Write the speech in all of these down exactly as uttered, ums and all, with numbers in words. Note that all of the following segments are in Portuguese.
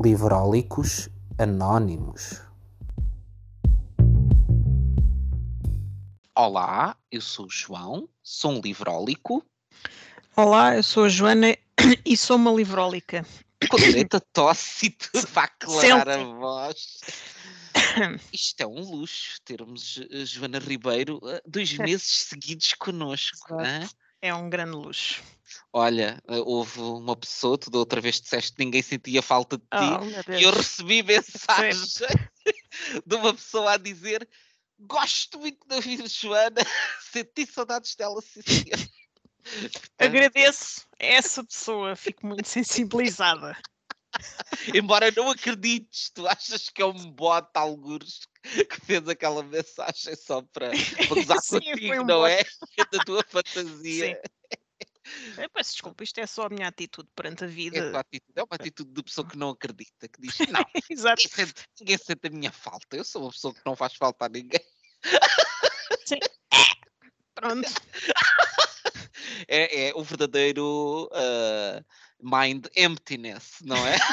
Livrólicos Anónimos. Olá, eu sou o João, sou um livrólico. Olá, eu sou a Joana e sou uma livrólica. Com direito a tosse e tudo para aclarar a voz. Isto é um luxo, termos a Joana Ribeiro uh, dois meses seguidos connosco. Hein? É um grande luxo. Olha, uh, houve uma pessoa, tu da outra vez disseste que ninguém sentia falta de ti, Oh, e eu recebi mensagem de uma pessoa a dizer: gosto muito da vida de Joana, senti saudades dela, sim, senhor. Portanto, agradeço a essa pessoa, fico muito sensibilizada. Embora não acredites, tu achas que é um bot, algures, que fez aquela mensagem só para, para gozar Sim, contigo, um não bot. é? É da tua fantasia. Eu peço desculpa, isto é só a minha atitude perante a vida. É a tua atitude, é uma atitude de pessoa que não acredita, que diz: não, Exato. ninguém sente, ninguém sente a minha falta, eu sou uma pessoa que não faz falta a ninguém. Sim. Pronto. É, é o verdadeiro uh, mind emptiness, não é?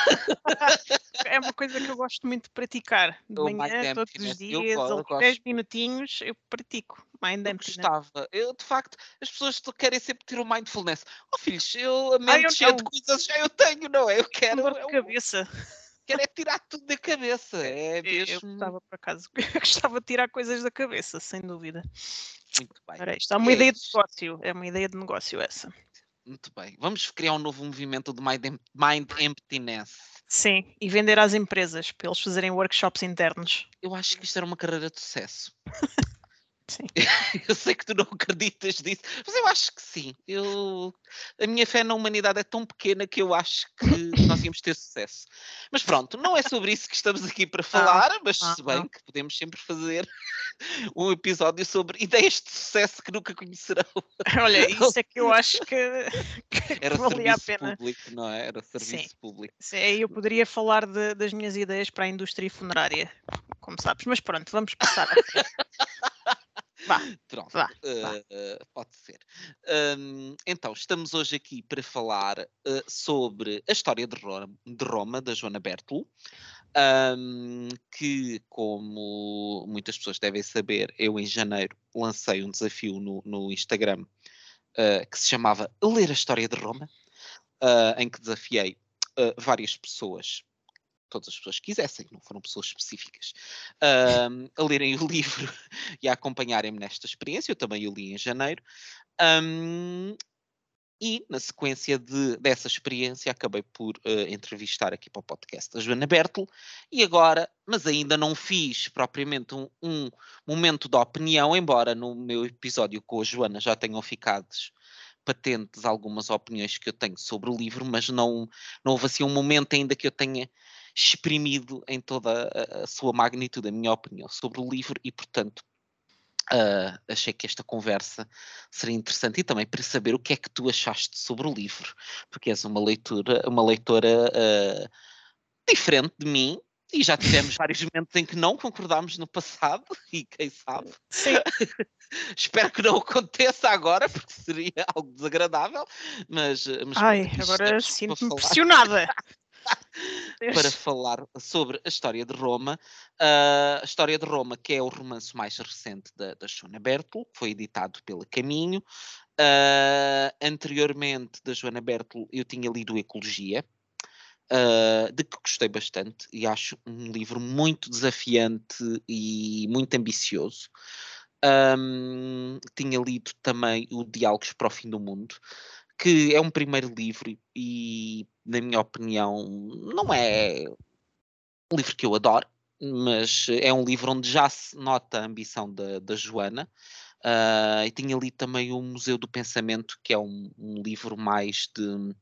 É uma coisa que eu gosto muito de praticar. De O manhã, mind todos os emptiness. Eu, dias, go- eu ali gosto. dez minutinhos, eu pratico. Mind Eu emptiness. gostava. Eu, de facto, as pessoas só querem sempre ter o mindfulness. Oh, filhos, eu a mente Ai, eu cheia não. de coisas já eu tenho, não é? Eu quero, Dor de eu, cabeça. quero é tirar tudo da cabeça. É Eu, mesmo. eu gostava, por acaso, eu gostava de tirar coisas da cabeça, sem dúvida. Muito bem. Ora, isto é uma E é ideia de isto. negócio. É uma ideia de negócio essa. Muito bem. Vamos criar um novo movimento de mind, em- mind emptiness. Sim, e vender às empresas, para eles fazerem workshops internos. Eu acho que isto era uma carreira de sucesso. Sim. Eu sei que tu não acreditas nisso, mas eu acho que sim. Eu, a minha fé na humanidade é tão pequena que eu acho que nós íamos ter sucesso. Mas pronto, não é sobre isso que estamos aqui para falar, mas não, se bem não. que podemos sempre fazer um episódio sobre ideias de sucesso que nunca conhecerão. Olha, isso é que eu acho que, que Era valia a serviço pena. público, não é? Era serviço Sim. público. Sim, aí eu poderia falar de- das minhas ideias para a indústria funerária, como sabes. Mas pronto, vamos passar à frente. Vá, Pronto, vá, uh, vá. uh, pode ser. Um, então, estamos hoje aqui para falar uh, sobre a história de Roma, de Roma da Joana Bertolo, um, que, como muitas pessoas devem saber, eu em janeiro lancei um desafio no, no Instagram uh, que se chamava Ler a História de Roma, uh, em que desafiei uh, várias pessoas, todas as pessoas que quisessem, não foram pessoas específicas, um, a lerem o livro e a acompanharem-me nesta experiência. Eu também o li em janeiro. Um, e, na sequência de, dessa experiência, acabei por uh, entrevistar aqui para o podcast a Joana Bertolo. E agora, mas ainda não fiz propriamente um, um momento de opinião, embora no meu episódio com a Joana já tenham ficado patentes algumas opiniões que eu tenho sobre o livro, mas não, não houve assim um momento ainda que eu tenha exprimido em toda a, a sua magnitude a minha opinião sobre o livro e, portanto, uh, achei que esta conversa seria interessante e também para saber o que é que tu achaste sobre o livro, porque és uma leitura, uma leitora uh, diferente de mim. E já tivemos vários momentos em que não concordámos no passado, e quem sabe. Sim. Espero que não aconteça agora, porque seria algo desagradável. Mas, mas Ai, pronto, aqui agora estamos para sinto-me falar, pressionada. para falar sobre a história de Roma. Uh, a história de Roma, que é o romance mais recente da, da Joana Bertolo, que foi editado pela Caminho. Uh, anteriormente da Joana Bertolo, eu tinha lido Ecologia. Uh, de que gostei bastante e acho um livro muito desafiante e muito ambicioso. Um, tinha lido também o Diálogos para o Fim do Mundo, que é um primeiro livro e, na minha opinião, não é um livro que eu adoro, mas é um livro onde já se nota a ambição da, da Joana. Uh, e tinha lido também o Museu do Pensamento, que é um, um livro mais de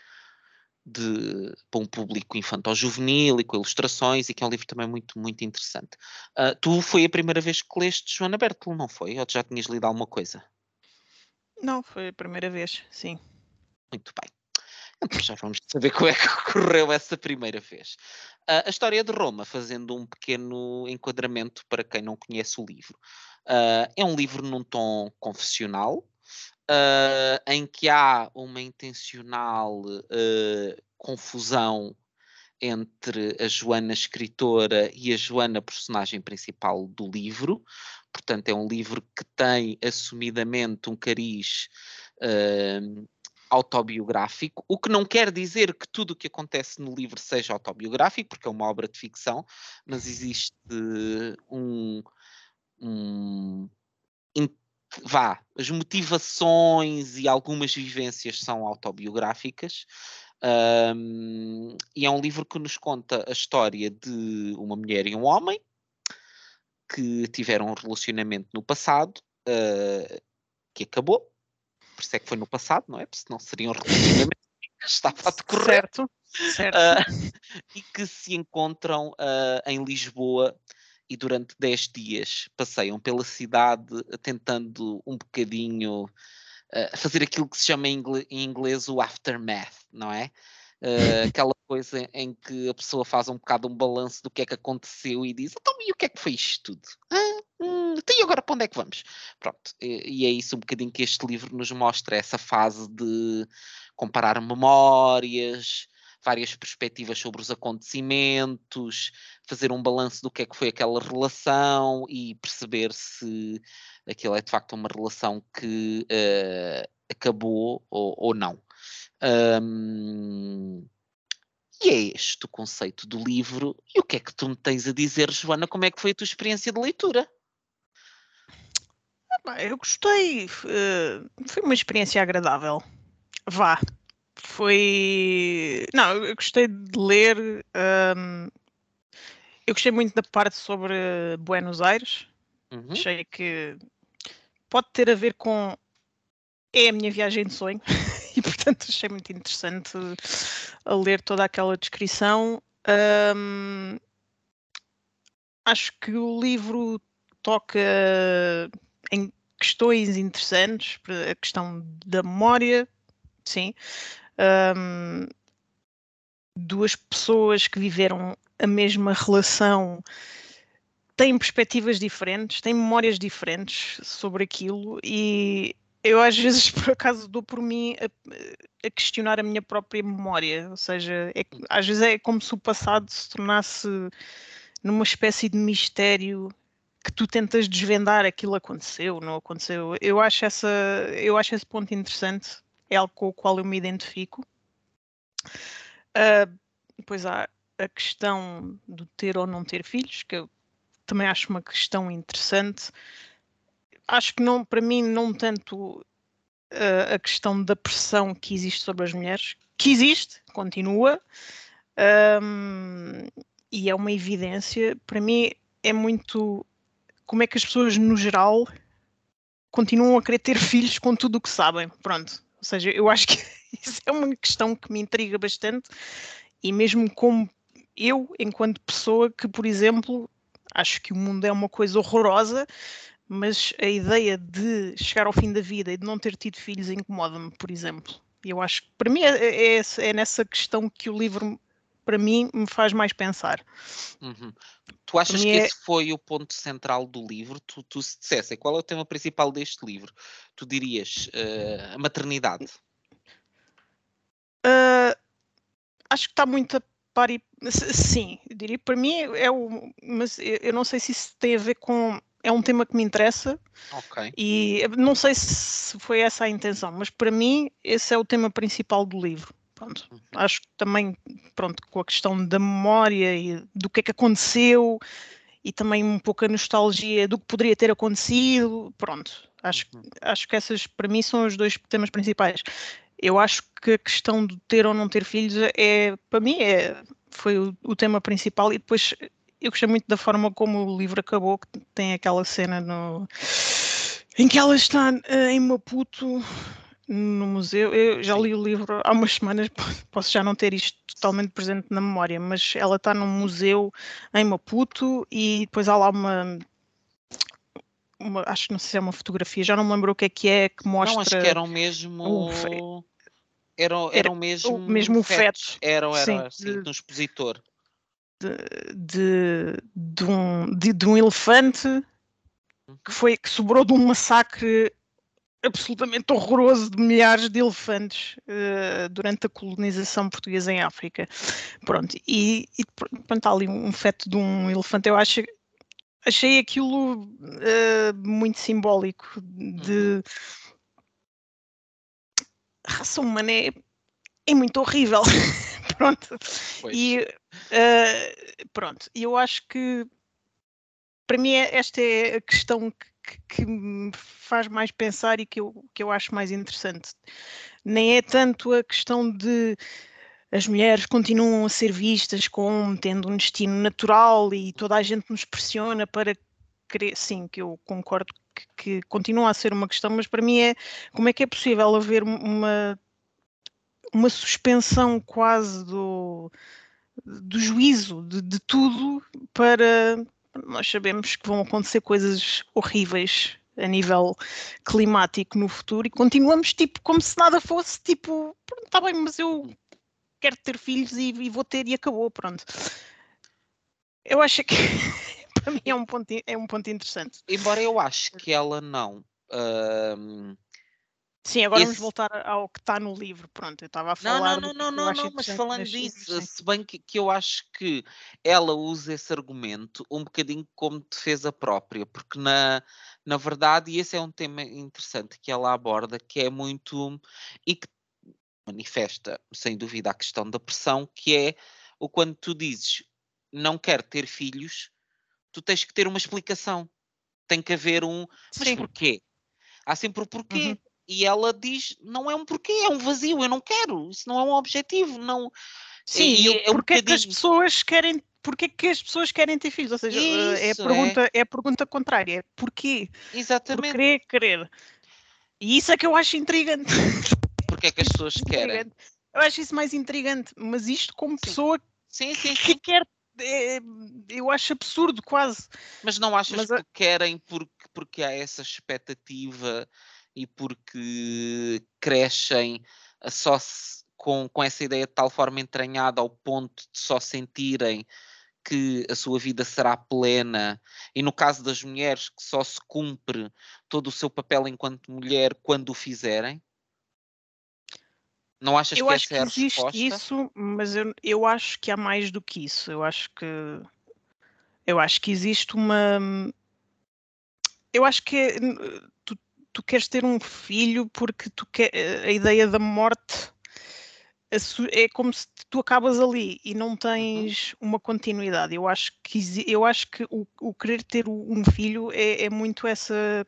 de, para um público infantil-juvenil e com ilustrações, e que é um livro também muito, muito interessante. Uh, tu foi a primeira vez que leste Joana Bertolo, não foi? Ou tu já tinhas lido alguma coisa? Não, foi a primeira vez, sim. Muito bem. Então já vamos saber como é que ocorreu essa primeira vez. Uh, a história de Roma, fazendo um pequeno enquadramento para quem não conhece o livro. Uh, é um livro num tom confessional, Uh, em que há uma intencional uh, confusão entre a Joana escritora e a Joana personagem principal do livro. Portanto, é um livro que tem assumidamente um cariz uh, autobiográfico, o que não quer dizer que tudo o que acontece no livro seja autobiográfico, porque é uma obra de ficção, mas existe um... um vá, as motivações e algumas vivências são autobiográficas. Um, e é um livro que nos conta a história de uma mulher e um homem que tiveram um relacionamento no passado uh, que acabou, por isso é que foi no passado, não é? Porque senão seria um relacionamento que estava a decorrer. Certo, certo. Uh, e que se encontram uh, em Lisboa e durante dez dias passeiam pela cidade tentando um bocadinho uh, fazer aquilo que se chama em inglês, em inglês o aftermath, não é? Uh, aquela coisa em que a pessoa faz um bocado um balanço do que é que aconteceu e diz, então e o que é que foi isto tudo? Ah, hum, então e agora para onde é que vamos? Pronto, e, e é isso um bocadinho que este livro nos mostra, essa fase de comparar memórias, várias perspectivas sobre os acontecimentos, fazer um balanço do que é que foi aquela relação e perceber se aquilo é de facto uma relação que uh, acabou ou, ou não. Um, e é este o conceito do livro. E o que é que tu me tens a dizer, Joana? Como é que foi a tua experiência de leitura? Eu gostei. Uh, foi uma experiência agradável. Vá. Foi... Não, eu gostei de ler... Um, eu gostei muito da parte sobre Buenos Aires. Uhum. Achei que pode ter a ver com... É a minha viagem de sonho. E, portanto, achei muito interessante a ler toda aquela descrição. Um, acho que o livro toca em questões interessantes. A questão da memória, sim. Um, duas pessoas que viveram a mesma relação têm perspectivas diferentes, têm memórias diferentes sobre aquilo e eu às vezes por acaso dou por mim a, a questionar a minha própria memória, ou seja, é, às vezes é como se o passado se tornasse numa espécie de mistério que tu tentas desvendar, aquilo aconteceu, não aconteceu. Eu acho, essa, eu acho esse ponto interessante, é algo com o qual eu me identifico. Uh, depois há a questão de ter ou não ter filhos, que eu também acho uma questão interessante. Acho que não, para mim, não tanto uh, a questão da pressão que existe sobre as mulheres, que existe, continua, um, e é uma evidência. Para mim é muito como é que as pessoas, no geral, continuam a querer ter filhos com tudo o que sabem. Pronto. Ou seja, eu acho que isso é uma questão que me intriga bastante. E mesmo como eu, enquanto pessoa que, por exemplo, acho que o mundo é uma coisa horrorosa, mas a ideia de chegar ao fim da vida e de não ter tido filhos incomoda-me, por exemplo. E eu acho que, para mim, é, é, é nessa questão que o livro, para mim, me faz mais pensar. Uhum. Tu achas que é... esse foi o ponto central do livro? Tu, tu se dissesse, qual é o tema principal deste livro? Tu dirias uh, a maternidade? Uh, acho que está muito a par e... Sim, eu diria para mim é o... Mas eu não sei se isso tem a ver com... É um tema que me interessa. Ok. E não sei se foi essa a intenção, mas para mim esse é o tema principal do livro. Pronto. Uhum. Acho que também, pronto, com a questão da memória e do que é que aconteceu e também um pouco a nostalgia do que poderia ter acontecido, pronto. Acho, uhum. acho que essas para mim são os dois temas principais. Eu acho que a questão de ter ou não ter filhos é, para mim, é, foi o, o tema principal e depois eu gostei muito da forma como o livro acabou, que tem aquela cena no, em que ela está uh, em Maputo, no museu. Eu já li o livro há umas semanas, posso já não ter isto totalmente presente na memória, mas ela está num museu em Maputo e depois há lá uma... Uma, acho que não sei se é uma fotografia, já não me lembro o que é que é, que mostra... Não, acho que eram mesmo... Um, eram, eram mesmo... O mesmo feto. Eram, eram, assim, de, no expositor. De, de, de, um, de, de um elefante que, foi, que sobrou de um massacre absolutamente horroroso de milhares de elefantes uh, durante a colonização portuguesa em África. Pronto, e, e pronto, há ali um feto de um elefante, eu acho, achei aquilo uh, muito simbólico de... Uhum. A raça humana é, é muito horrível. Pronto. Pois. E uh, pronto, eu acho que para mim esta é a questão que, que me faz mais pensar e que eu, que eu acho mais interessante. Nem é tanto a questão de as mulheres continuam a ser vistas como tendo um destino natural e toda a gente nos pressiona para querer, sim, que eu concordo que, que continua a ser uma questão, mas para mim é como é que é possível haver uma uma suspensão quase do, do juízo de, de tudo para... Nós sabemos que vão acontecer coisas horríveis a nível climático no futuro e continuamos tipo como se nada fosse, tipo, está bem, mas eu quero ter filhos e, e vou ter e acabou, pronto. Eu acho que para mim é um ponto, é um ponto interessante. Embora eu acho que ela não... Uh... Sim, agora Esse... vamos voltar ao que está no livro. Pronto, eu estava a falar... Não, não, não, não, não, não mas falando disso, livro, se bem que, que eu acho que ela usa esse argumento um bocadinho como defesa própria, porque na, na verdade, e esse é um tema interessante que ela aborda, que é muito... e que manifesta, sem dúvida, a questão da pressão, que é o quando tu dizes não quero ter filhos, tu tens que ter uma explicação. Tem que haver um... Mas Sim. porquê? Há sempre o porquê. Uhum. E ela diz, não é um porquê, é um vazio, eu não quero, isso não é um objetivo, não... Sim, e, e é um porque bocadinho... é que as pessoas querem, porque é que as pessoas querem ter filhos? Ou seja, isso, é, a pergunta, é... é a pergunta contrária, é porquê? Exatamente. Por querer, querer. E isso é que eu acho intrigante. Porque é que as pessoas querem? Eu acho isso mais intrigante, mas isto como sim. pessoa sim, sim, que sim. quer... É, eu acho absurdo quase. Mas não achas mas, que querem porque, porque há essa expectativa e porque crescem só se, com, com essa ideia de tal forma entranhada ao ponto de só sentirem que a sua vida será plena, e no caso das mulheres que só se cumpre todo o seu papel enquanto mulher quando o fizerem? Não achas eu que acho essa que é a existe resposta? isso, mas eu, eu acho que há mais do que isso. Eu acho que eu acho que existe uma... Eu acho que é, tu, tu queres ter um filho porque tu quer, a ideia da morte é como se tu acabas ali e não tens uhum. uma continuidade. Eu acho que, eu acho que o, o querer ter um filho é, é muito essa...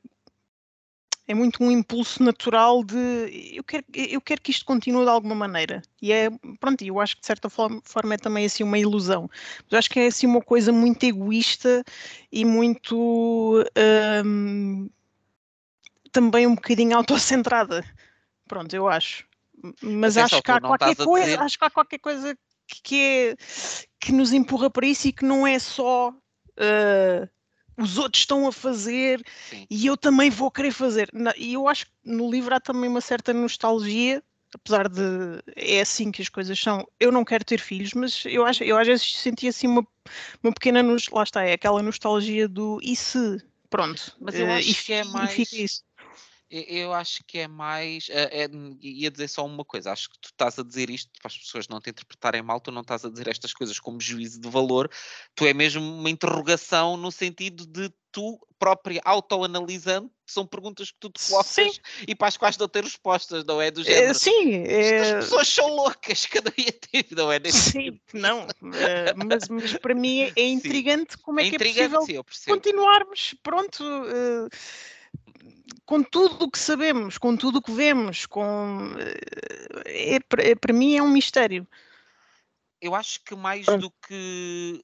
É muito um impulso natural de eu quero, eu quero que isto continue de alguma maneira. E é, pronto, eu acho que de certa forma, forma é também assim uma ilusão. Mas eu acho que é assim uma coisa muito egoísta e muito hum, também um bocadinho autocentrada. Pronto, eu acho. Mas Atenção, acho que há qualquer coisa, dizer... acho que há qualquer coisa que, que, é, que nos empurra para isso e que não é só uh, os outros estão a fazer Sim. e eu também vou querer fazer. E eu acho que no livro há também uma certa nostalgia, apesar de é assim que as coisas são. Eu não quero ter filhos, mas eu acho, eu às vezes senti assim uma, uma pequena, lá está, é aquela nostalgia do e se, pronto. Mas eu acho uh, que é mais... fica isso. Eu acho que é mais. É, é, ia dizer só uma coisa. Acho que tu estás a dizer isto para as pessoas não te interpretarem mal. Tu não estás a dizer estas coisas como juízo de valor. Tu é mesmo uma interrogação no sentido de tu própria autoanalisando. São perguntas que tu te colocas Sim. e para as quais não tens respostas, não é? Do género. É, sim. É... As pessoas são loucas, cada dia tem, não é? Nesse sim, tipo. não. Uh, mas, mas para mim é, é intrigante sim. como é, é que é possível sim, continuarmos. Pronto. Uh, com tudo o que sabemos, com tudo o que vemos, com é, é, para mim é um mistério. Eu acho que mais Pronto. do que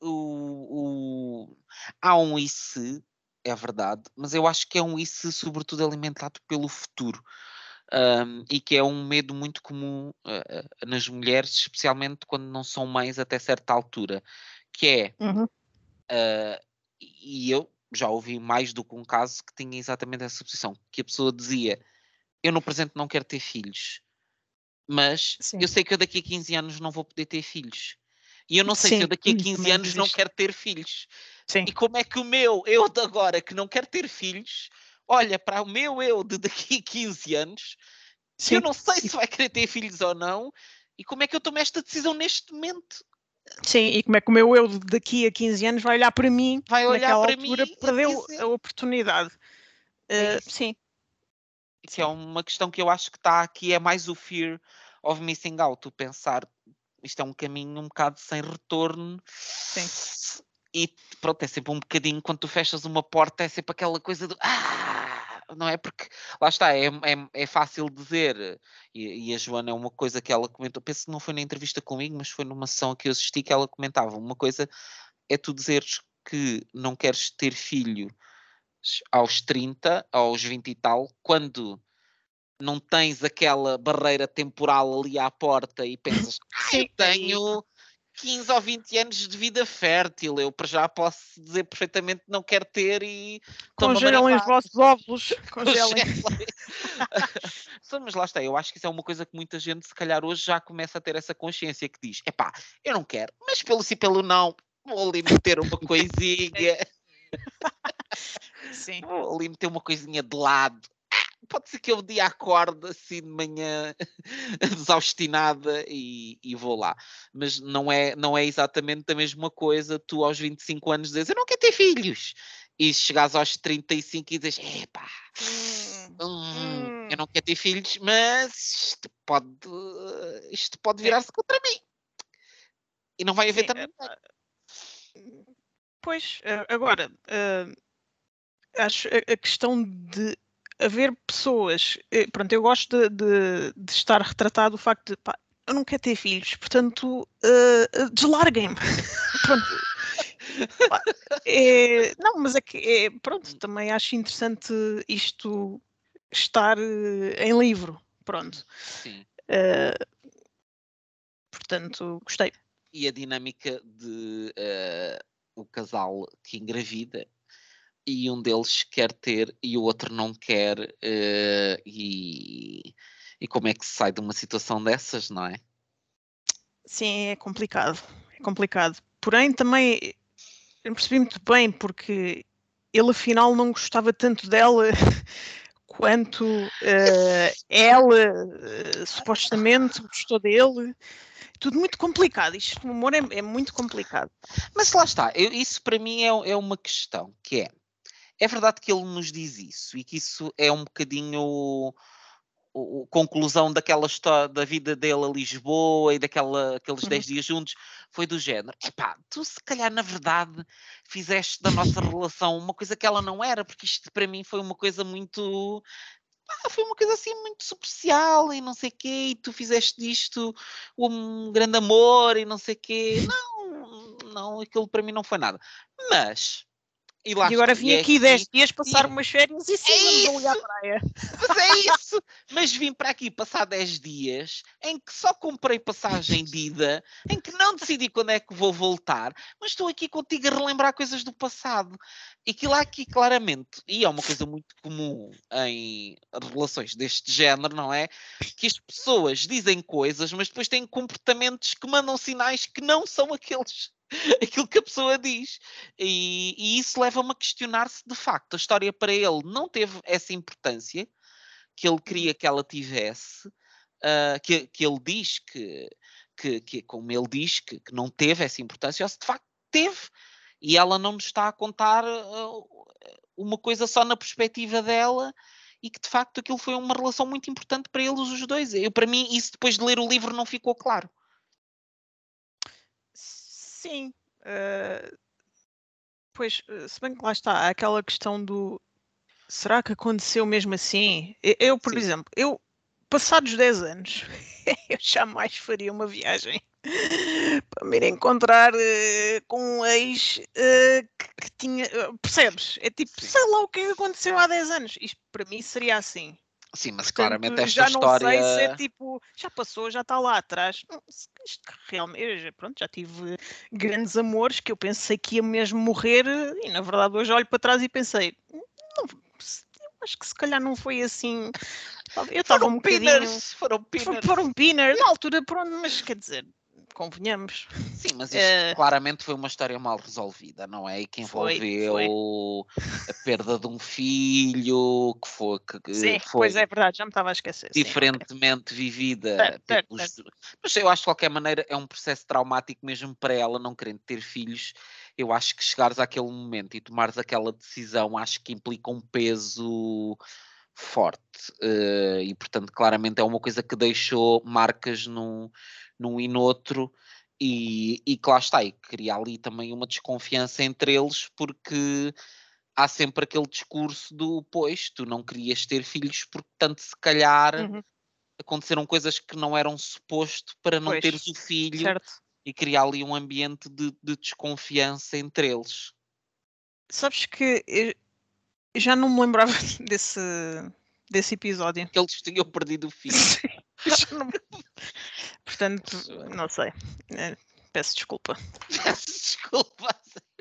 o, o... há um e se, é verdade, mas eu acho que é um e se sobretudo alimentado pelo futuro. Um, e que é um medo muito comum uh, nas mulheres, especialmente quando não são mães até certa altura, que é uhum. uh, e eu já ouvi mais do que um caso que tinha exatamente essa posição, que a pessoa dizia, eu no presente não quero ter filhos, mas Sim. eu sei que eu daqui a quinze anos não vou poder ter filhos. E eu não sei Sim, se eu daqui a quinze anos existe. não quero ter filhos. Sim. E como é que o meu, eu de agora, que não quero ter filhos, olha para o meu eu de daqui a quinze anos, que eu não sei se vai querer ter filhos ou não, e como é que eu tomo esta decisão neste momento? Sim, e como é que o meu eu daqui a quinze anos vai olhar para mim, vai olhar naquela para altura, mim perdeu dizer... a oportunidade. É uh, sim. Que sim. é uma questão que eu acho que está aqui, é mais o fear of missing out, o pensar, isto é um caminho um bocado sem retorno. Sim. E pronto, é sempre um bocadinho, quando tu fechas uma porta, é sempre aquela coisa do... Ah! Não é? Porque, lá está, é, é, é fácil dizer, e, e a Joana é uma coisa que ela comentou, penso que não foi na entrevista comigo, mas foi numa sessão que eu assisti que ela comentava, uma coisa é tu dizeres que não queres ter filho aos trinta, aos vinte e tal, quando não tens aquela barreira temporal ali à porta e pensas, ah, eu tenho quinze ou vinte anos de vida fértil, eu para já posso dizer perfeitamente que não quero ter e congelem os vossos óvulos, congelem. Mas lá está, eu acho que isso é uma coisa que muita gente se calhar hoje já começa a ter essa consciência, que diz, epá, eu não quero, mas pelo sim pelo não, vou ali meter uma coisinha. Sim. Vou ali meter uma coisinha de lado. Pode ser que eu um dia acorde assim de manhã desaustinada e, e vou lá. Mas não é, não é exatamente a mesma coisa tu aos vinte e cinco anos dizes eu não quero ter filhos. E chegares aos trinta e cinco e dizes epá, hum, hum. eu não quero ter filhos, mas isto pode, isto pode virar-se contra mim. E não vai haver Sim, também. Pois, agora, uh, acho a, a questão de haver pessoas, pronto, eu gosto de, de, de estar retratado o facto de, pá, eu não quero ter filhos, portanto, uh, deslarguem-me. Pronto. Pá, é, não, mas é que, é, pronto, também acho interessante isto estar uh, em livro, pronto. Sim. Uh, portanto, gostei. E a dinâmica de uh, o casal que engravida e um deles quer ter e o outro não quer, uh, e, e como é que se sai de uma situação dessas, não é? Sim, é complicado, é complicado. Porém, também eu percebi muito bem, porque ele afinal não gostava tanto dela quanto uh, ela uh, supostamente gostou dele. Tudo muito complicado. Isto no amor é, é muito complicado. Mas lá está, eu, isso para mim é, é uma questão, que é, é verdade que ele nos diz isso e que isso é um bocadinho a conclusão daquela história da vida dele a Lisboa e daquela, aqueles dez dias juntos, foi do género, epá, tu se calhar na verdade fizeste da nossa relação uma coisa que ela não era, porque isto para mim foi uma coisa muito, pá, foi uma coisa assim muito superficial e não sei o quê, e tu fizeste disto um grande amor e não sei o quê, não, não, aquilo para mim não foi nada, mas... E, lá e agora está. vim E aqui é dez aqui, dias passar e umas férias e sim, é vamos isso! ali à praia. Mas é isso! Mas vim para aqui passar dez dias em que só comprei passagem de ida, em que não decidi quando é que vou voltar, mas estou aqui contigo a relembrar coisas do passado. E que lá aqui claramente, e é uma coisa muito comum em relações deste género, não é? Que as pessoas dizem coisas, mas depois têm comportamentos que mandam sinais que não são aqueles. Aquilo que a pessoa diz. E, e isso leva-me a questionar-se, de facto, a história para ele não teve essa importância que ele queria que ela tivesse, uh, que, que ele diz que, que, que, como ele diz, que, que não teve essa importância, ou se de facto teve, e ela não nos está a contar uh, uma coisa só na perspectiva dela, e que de facto aquilo foi uma relação muito importante para eles os dois. Eu, para mim, isso depois de ler o livro não ficou claro. Sim. Uh, pois, se bem que lá está, há aquela questão do será que aconteceu mesmo assim? Eu, por Sim. exemplo, eu, passados dez anos, eu jamais faria uma viagem para me ir encontrar uh, com um ex uh, que, que tinha. Uh, percebes? É tipo, Sim. sei lá o que aconteceu há dez anos. Isto para mim seria assim. Sim, mas Portanto, claramente esta já história... não sei se é tipo, já passou, já está lá atrás. Isto realmente, eu já, pronto, já tive grandes amores que eu pensei que ia mesmo morrer e na verdade hoje olho para trás e pensei, não, acho que se calhar não foi assim. Eu estava um bocadinho... Foram pinners, foram pinners. Foram pinners, na altura, pronto, mas quer dizer, convenhamos. Sim, mas isto uh, claramente foi uma história mal resolvida, não é? E que envolveu foi, foi. a perda de um filho, que foi... Que, sim, foi pois é verdade, já me estava a esquecer. Diferentemente sim, okay. vivida. Certo, pelos... certo. Mas eu acho que de qualquer maneira é um processo traumático mesmo para ela, não querendo ter filhos. Eu acho que chegares àquele momento e tomares aquela decisão, acho que implica um peso forte. Uh, e, portanto, claramente é uma coisa que deixou marcas num, num e noutro. E, e que lá está, e cria ali também uma desconfiança entre eles, porque há sempre aquele discurso do, pois, tu não querias ter filhos porque tanto se calhar uhum. aconteceram coisas que não eram suposto para não pois, teres o filho, certo. e criar ali um ambiente de, de desconfiança entre eles. Sabes que eu já não me lembrava desse, desse episódio. Que eles tinham perdido o filho. não... Portanto, não sei. Peço desculpa. Peço desculpa.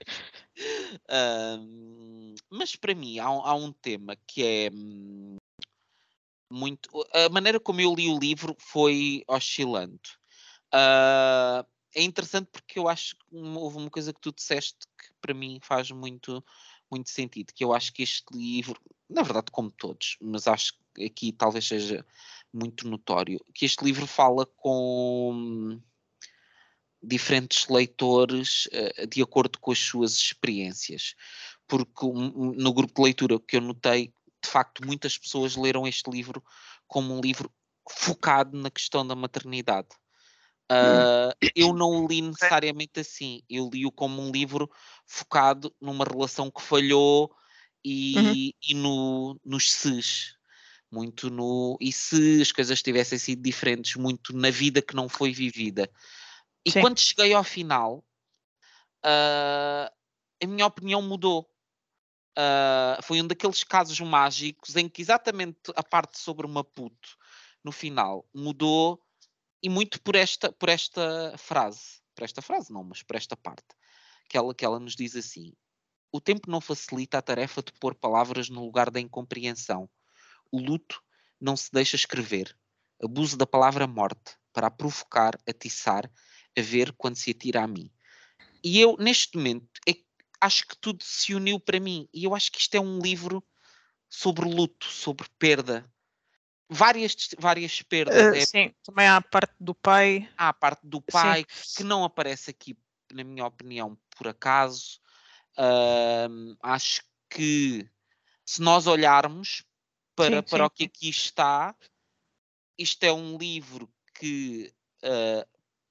um, mas para mim há, há um tema que é hum, muito... A maneira como eu li o livro foi oscilando. Uh, é interessante porque eu acho que houve uma coisa que tu disseste que para mim faz muito, muito sentido, que eu acho que este livro, na verdade como todos, mas acho que aqui talvez seja muito notório, que este livro fala com diferentes leitores uh, de acordo com as suas experiências, porque um, no grupo de leitura que eu notei, de facto muitas pessoas leram este livro como um livro focado na questão da maternidade. Uh, eu não o li necessariamente assim, eu li-o como um livro focado numa relação que falhou e, uhum. e no, nos ses, muito no e se as coisas tivessem sido diferentes, muito na vida que não foi vivida. E Sim. quando cheguei ao final, uh, a minha opinião mudou. Uh, foi um daqueles casos mágicos em que exatamente a parte sobre o Maputo no final mudou. E muito por esta, por esta frase, por esta frase não, mas por esta parte, que ela, que ela nos diz assim: o tempo não facilita a tarefa de pôr palavras no lugar da incompreensão. O luto não se deixa escrever. Abuso da palavra morte para a provocar, atiçar, a ver quando se atira a mim. E eu, neste momento, é, acho que tudo se uniu para mim. E eu acho que isto é um livro sobre luto, sobre perda. Várias, várias perdas. Uh, é... Sim, também há a parte do pai. Há a parte do pai, sim. que não aparece aqui, na minha opinião, por acaso. Uh, acho que se nós olharmos para, Sim, para sim, o que aqui está, isto é um livro que, uh,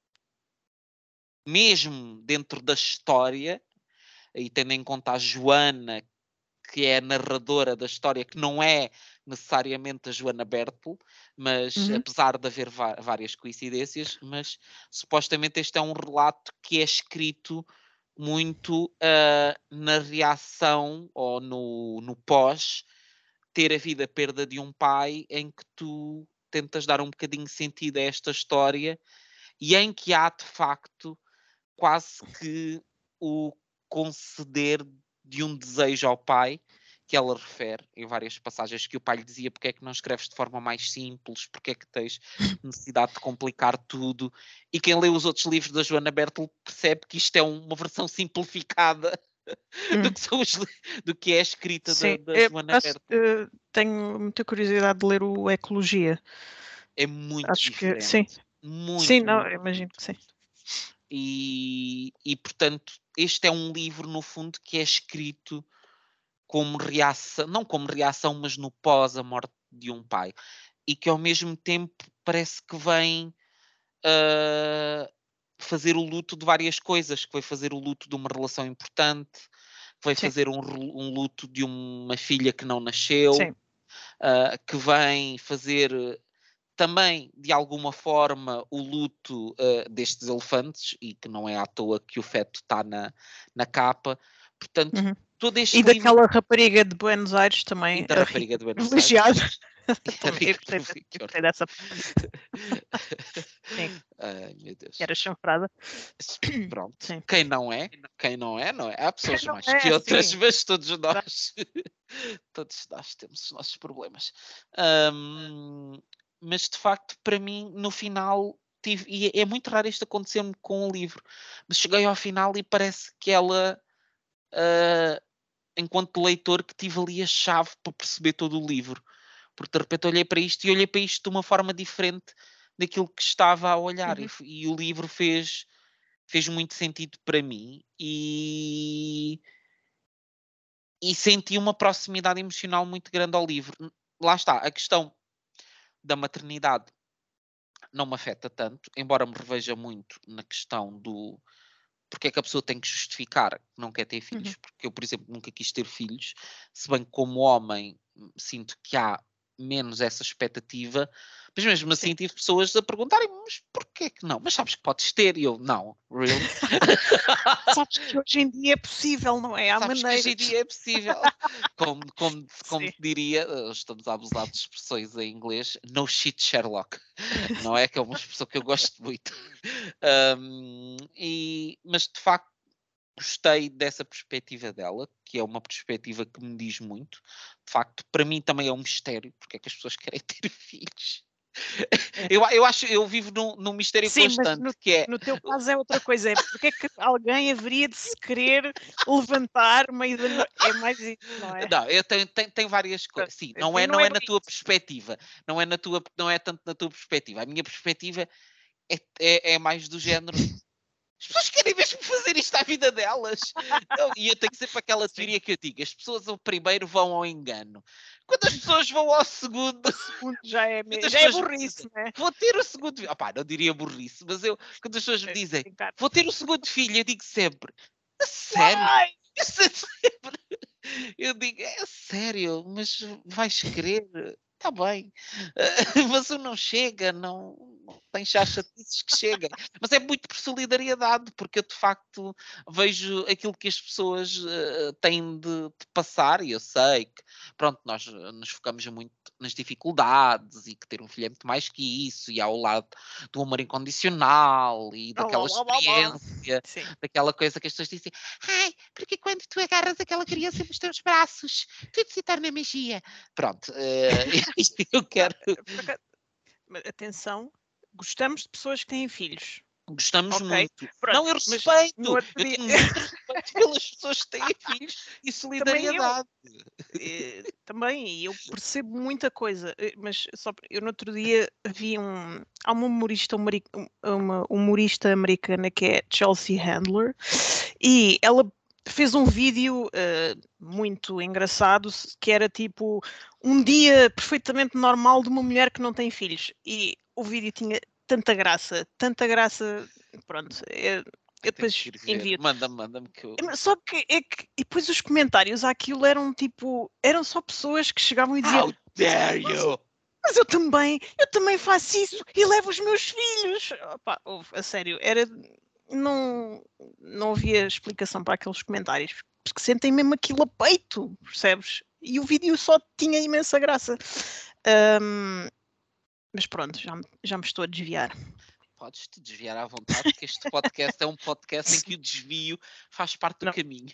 mesmo dentro da história, e tendo em conta a Joana, que é a narradora da história, que não é necessariamente a Joana Bertel, mas uhum. apesar de haver várias coincidências, mas supostamente este é um relato que é escrito muito uh, na reação ou no, no pós ter havido a perda de um pai, em que tu tentas dar um bocadinho de sentido a esta história e em que há de facto quase que o conceder de um desejo ao pai, que ela refere em várias passagens, que o pai lhe dizia: porque é que não escreves de forma mais simples, porque é que tens necessidade de complicar tudo. E quem lê os outros livros da Joana Bertel percebe que isto é uma versão simplificada hum. do, que são os, do que é a escrita Sim, da, da Joana Bertel. Uh, tenho muita curiosidade de ler o Ecologia. É muito Acho diferente. Que, sim, muito, sim, não, muito, imagino muito, que sim. E, e, portanto, este é um livro, no fundo, que é escrito como reação, não como reação, mas no pós a morte de um pai. E que, ao mesmo tempo, parece que vem uh, fazer o luto de várias coisas. Que vai fazer o luto de uma relação importante, que vai Sim. fazer um, um luto de uma filha que não nasceu, uh, que vem fazer... também, de alguma forma, o luto uh, destes elefantes, e que não é à toa que o feto está na, na capa. Portanto, uhum. todo este E livro... daquela rapariga de Buenos Aires também. E da rapariga de Buenos Aires. também gostei, gostei dessa. Sim. Ai, meu Deus. Que era chanfrada. Pronto. Sim. Quem não é, quem não é, não é. Há pessoas mais é, que outras, sim. mas todos nós, todos nós temos os nossos problemas. Um, mas de facto, para mim, no final, tive, e é muito raro isto acontecer-me com um livro, mas cheguei ao final e parece que ela, uh, enquanto leitor, que tive ali a chave para perceber todo o livro, porque de repente olhei para isto e olhei para isto de uma forma diferente daquilo que estava a olhar, uhum. e, e o livro fez, fez muito sentido para mim, e, e senti uma proximidade emocional muito grande ao livro. Lá está, a questão da maternidade não me afeta tanto, embora me reveja muito na questão do porque é que a pessoa tem que justificar que não quer ter filhos, uhum. porque eu, por exemplo, nunca quis ter filhos, se bem que como homem sinto que há menos essa expectativa, mas mesmo assim tive pessoas a perguntarem, mas porquê que não? Mas sabes que podes ter? E eu, não, really? Sabes que hoje em dia é possível, não é? Há sabes maneiras. que hoje em dia é possível. Como, como, como diria, estamos a abusar de expressões em inglês, no shit Sherlock. Não é? Que é uma expressão que eu gosto muito. Um, e, mas, de facto, gostei dessa perspectiva dela, que é uma perspectiva que me diz muito. De facto, para mim também é um mistério, porque é que as pessoas querem ter filhos. É. Eu, eu acho, eu vivo num, num mistério Sim, constante, mas no, que é... no teu caso é outra coisa, é porque é que alguém haveria de se querer levantar uma ideia, é mais isso, não é? Não, eu tenho, tenho, tenho várias coisas, sim, não é, não, não é, é na tua isso. perspectiva, não é, na tua, não é tanto na tua perspectiva, a minha perspectiva é, é, é mais do género... As pessoas querem mesmo fazer isto à vida delas. Não, e eu tenho sempre aquela teoria Sim. que eu digo: as pessoas ao primeiro vão ao engano. Quando as pessoas vão ao segundo... O segundo já é, já é burrice, não é? Vou ter o segundo filho. Opá, não diria burrice, mas eu, quando as pessoas me dizem vou ter o segundo filho, eu digo sempre: a sério? Eu, sempre... eu digo: é sério, mas vais querer... Está bem, uh, mas não chega, não, não tem já chatices que cheguem. Mas é muito por solidariedade, porque eu de facto vejo aquilo que as pessoas uh, têm de, de passar, e eu sei que, pronto, nós nos focamos muito nas dificuldades, e que ter um filho é muito mais que isso, e ao lado do amor incondicional, e daquela experiência, daquela coisa que as pessoas dizem: ai, porque quando tu agarras aquela criança nos teus braços, tudo se torna magia. Pronto, uh, eu quero... Não, atenção, gostamos de pessoas que têm filhos. Gostamos okay. muito. Pronto, não, eu respeito. Eu dia... tenho muito respeito pelas pessoas que têm filhos e solidariedade. Também eu, também, eu percebo muita coisa, mas só eu no outro dia vi um... Há uma humorista, uma humorista americana que é Chelsea Handler, e ela fez um vídeo uh, muito engraçado, que era tipo um dia perfeitamente normal de uma mulher que não tem filhos, e o vídeo tinha tanta graça, tanta graça, pronto, eu, eu depois envio. Manda-me, manda-me que eu... Só que é que, e depois os comentários àquilo eram tipo, eram só pessoas que chegavam e diziam: How dare you! Mas, mas eu também, eu também faço isso e levo os meus filhos. Opa, a sério, era... Não, não havia explicação para aqueles comentários, porque sentem mesmo aquilo a peito, percebes? E o vídeo só tinha imensa graça. Um, mas pronto, já, já me estou a desviar. Podes-te desviar à vontade, porque este podcast é um podcast em que o desvio faz parte do não. caminho.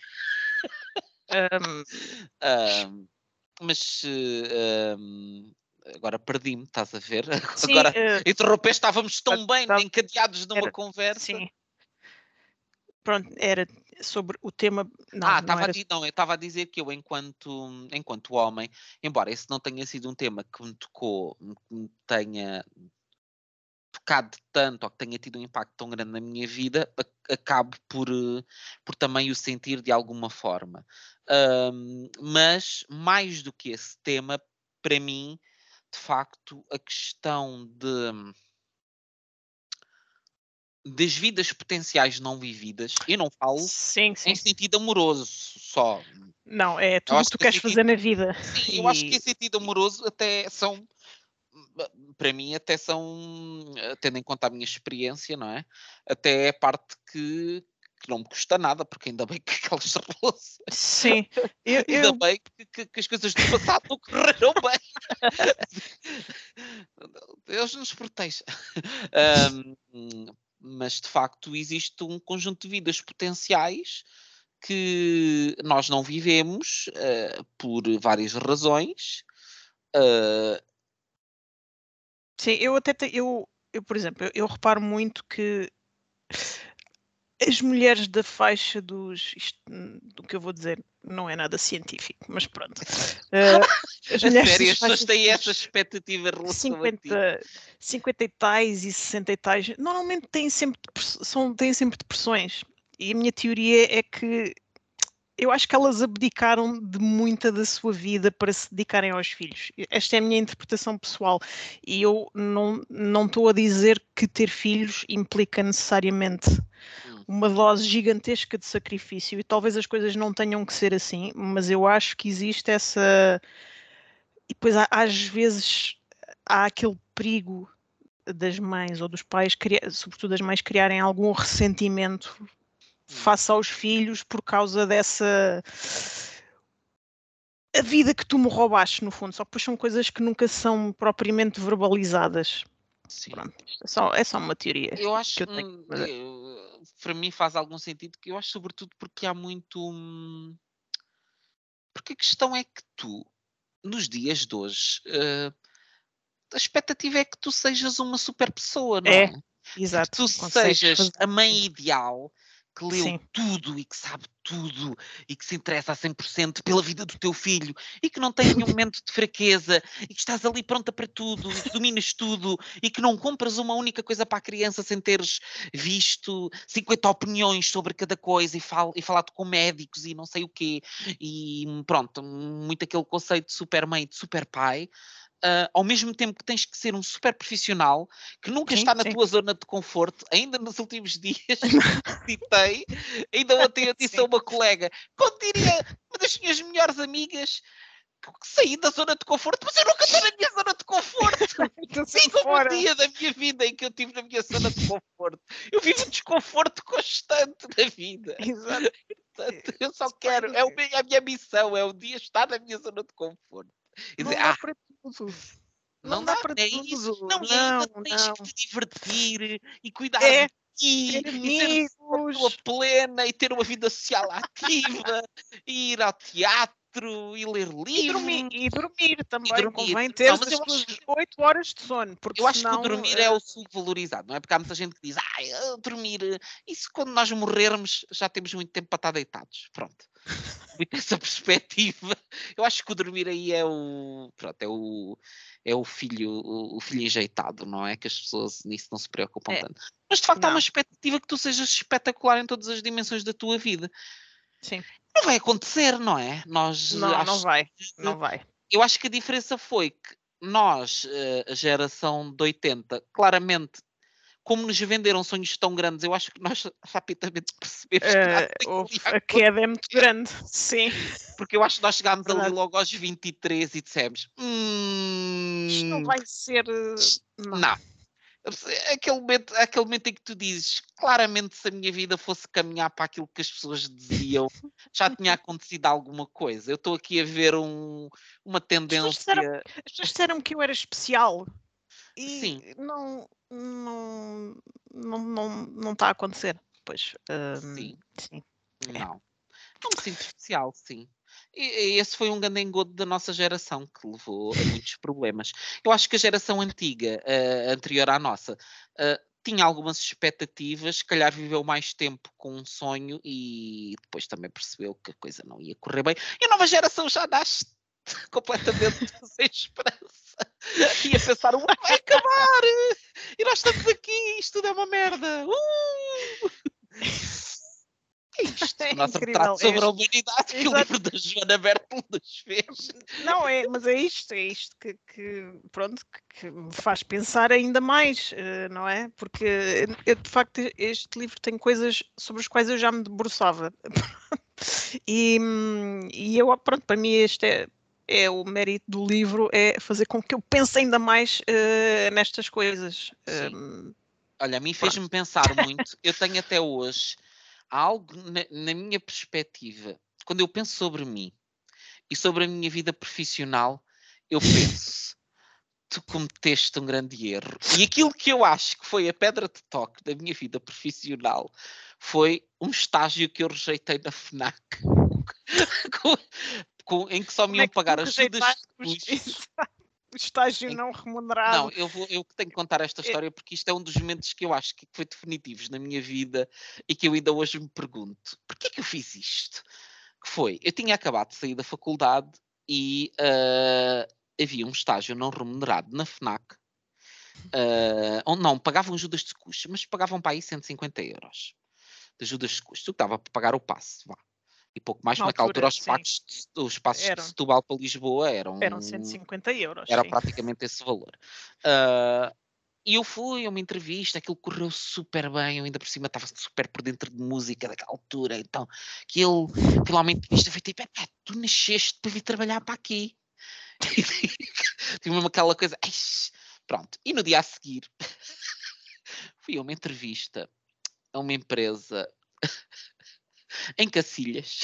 Um... um, mas... Um... Agora perdi-me, estás a ver? Sim, Agora uh, interrompeste, estávamos tão bem tá, encadeados numa era, conversa. Sim. Pronto, era sobre o tema... Não, ah, não, estava era... a, não, eu estava a dizer que eu, enquanto, enquanto homem, embora esse não tenha sido um tema que me tocou, que me tenha tocado tanto, ou que tenha tido um impacto tão grande na minha vida, acabo por, por também o sentir de alguma forma. Um, mas, mais do que esse tema, para mim, de facto, a questão de... das vidas potenciais não vividas, eu não falo sim, sim. em sentido amoroso só. Não, é tudo o que tu que queres sentido, fazer na vida. Sim, e... eu acho que em sentido amoroso até são, para mim, até são, tendo em conta a minha experiência, não é? Até é a parte que, que não me custa nada, porque ainda bem que aquelas relações... Sim. Eu, ainda eu... bem que, que, que as coisas do passado não correram bem. Deus nos proteja. Um, mas de facto existe um conjunto de vidas potenciais que nós não vivemos uh, por várias razões. Uh... Sim, eu até te, eu eu, por exemplo, eu, eu reparo muito que as mulheres da faixa dos... Isto, do que eu vou dizer não é nada científico, mas pronto. Uh, as a mulheres sério, as pessoas têm essa expectativa em relação cinquenta, a ti. cinquenta e tais e sessenta e tais, normalmente têm sempre, são, têm sempre depressões. E a minha teoria é que eu acho que elas abdicaram de muita da sua vida para se dedicarem aos filhos. Esta é a minha interpretação pessoal. E eu não, não estou a dizer que ter filhos implica necessariamente uma dose gigantesca de sacrifício. E talvez as coisas não tenham que ser assim, mas eu acho que existe essa... E depois, às vezes, há aquele perigo das mães ou dos pais, sobretudo das mães, criarem algum ressentimento face aos filhos por causa dessa... a vida que tu me roubaste, no fundo. Só que depois são coisas que nunca são propriamente verbalizadas. Sim. Pronto, é só, é só uma teoria. Eu acho que eu tenho. Hum, eu, para mim faz algum sentido, que eu acho sobretudo porque há muito... Hum, porque a questão é que tu, nos dias de hoje, uh, a expectativa é que tu sejas uma super pessoa, não é? é? Exato. Que tu sejas a mãe ideal, que leu Sim. tudo e que sabe tudo e que se interessa a cem por cento pela vida do teu filho e que não tem nenhum momento de fraqueza e que estás ali pronta para tudo e que dominas tudo e que não compras uma única coisa para a criança sem teres visto cinquenta opiniões sobre cada coisa e, fal e falado com médicos e não sei o quê. E pronto, muito aquele conceito de super mãe e de super pai. Uh, ao mesmo tempo que tens que ser um super profissional que nunca sim, está na sim. tua zona de conforto, ainda nos últimos dias citei, ainda ontem eu disse sim. a uma colega, quando diria uma das minhas melhores amigas que saí da zona de conforto, mas eu nunca estou na minha zona de conforto. Diga-me um dia da minha vida em que eu estive na minha zona de conforto. Eu vivo um desconforto constante na vida. Exato. Portanto, eu só quero, é a minha missão, é o dia estar na minha zona de conforto. E dizer, não dá ah, para tudo. Não, não dá, dá para é tudo. Isso. Não, não, e ainda tens não. que te divertir e cuidar é, de ti ter e ser a tua plena e ter uma vida social ativa e ir ao teatro e ler livros. E dormir, e dormir também, e dormir. Convém ter as tuas oito horas de sono. Porque eu senão, acho que o dormir é o subvalorizado, não é? Porque há muita gente que diz, ah, dormir, isso quando nós morrermos já temos muito tempo para estar deitados. Pronto. Muito essa perspectiva. Eu acho que o dormir aí é o, pronto, é o, é o filho, o, o filho enjeitado, não é? Que as pessoas nisso não se preocupam é. tanto. Mas de facto não. Há uma expectativa que tu sejas espetacular em todas as dimensões da tua vida. Sim. Não vai acontecer, não é? Nós não, acho, não vai, não vai. Eu acho que a diferença foi que nós, a geração de oitenta, claramente, como nos venderam sonhos tão grandes, eu acho que nós rapidamente percebemos uh, que a queda é muito grande, sim. Porque eu acho que nós chegámos Verdade. ali logo aos vinte e três e dissemos hum, isto não vai ser... Não. não. Aquele momento, aquele momento em que tu dizes, claramente se a minha vida fosse caminhar para aquilo que as pessoas diziam, já tinha acontecido alguma coisa. Eu estou aqui a ver um, uma tendência... As pessoas disseram que eu era especial. E Sim. não, não, não, não, não está a acontecer. Pois, um, sim. sim. Não. Não me sinto especial, sim. E esse foi um grande engodo da nossa geração que levou a muitos problemas. Eu acho que a geração antiga, uh, anterior à nossa, uh, tinha algumas expectativas, se calhar viveu mais tempo com um sonho e depois também percebeu que a coisa não ia correr bem. E a nova geração já nasce completamente sem esperança. E a pensar, o vai acabar! E nós estamos aqui, isto tudo é uma merda! Uh! É isto, é o nosso retrato sobre é a humanidade que Exato. o livro da Joana Bertel nos fez. Não, é, mas é isto, é isto que, que pronto, que, que me faz pensar ainda mais, não é? Porque, eu, de facto, este livro tem coisas sobre as quais eu já me debruçava. E, e eu, pronto, para mim este é, é o mérito do livro, é fazer com que eu pense ainda mais uh, nestas coisas. Um, Olha, a mim fez-me pensar muito, eu tenho até hoje... Há algo na, na minha perspectiva, quando eu penso sobre mim e sobre a minha vida profissional, eu penso, tu cometeste um grande erro. E aquilo que eu acho que foi a pedra de toque da minha vida profissional foi um estágio que eu rejeitei na FNAC, com, com, em que só me iam pagar as ajudas de custo. estágio em... não remunerado. Não, eu, vou, eu tenho que contar esta história porque isto é um dos momentos que eu acho que foi definitivos na minha vida e que eu ainda hoje me pergunto, porquê que eu fiz isto? Que foi, eu tinha acabado de sair da faculdade e uh, havia um estágio não remunerado na FNAC, uh, onde não, pagavam ajudas de custo, mas pagavam para aí cento e cinquenta euros de ajudas de custo, o que dava para pagar o passe, vá. E pouco mais, Na naquela altura, altura, os, sim, pactos, os passos de eram, Setúbal para Lisboa eram, eram cento e cinquenta euros, era sim. praticamente esse valor. Uh, e eu fui a uma entrevista, aquilo correu super bem, eu ainda por cima estava super por dentro de música daquela altura, então, que ele, finalmente, entrevista foi tipo, "Epá, tu nasceste para vir trabalhar para aqui." Tive mesmo aquela coisa, "Eish." Pronto. E no dia a seguir, fui a uma entrevista a uma empresa em Cacilhas,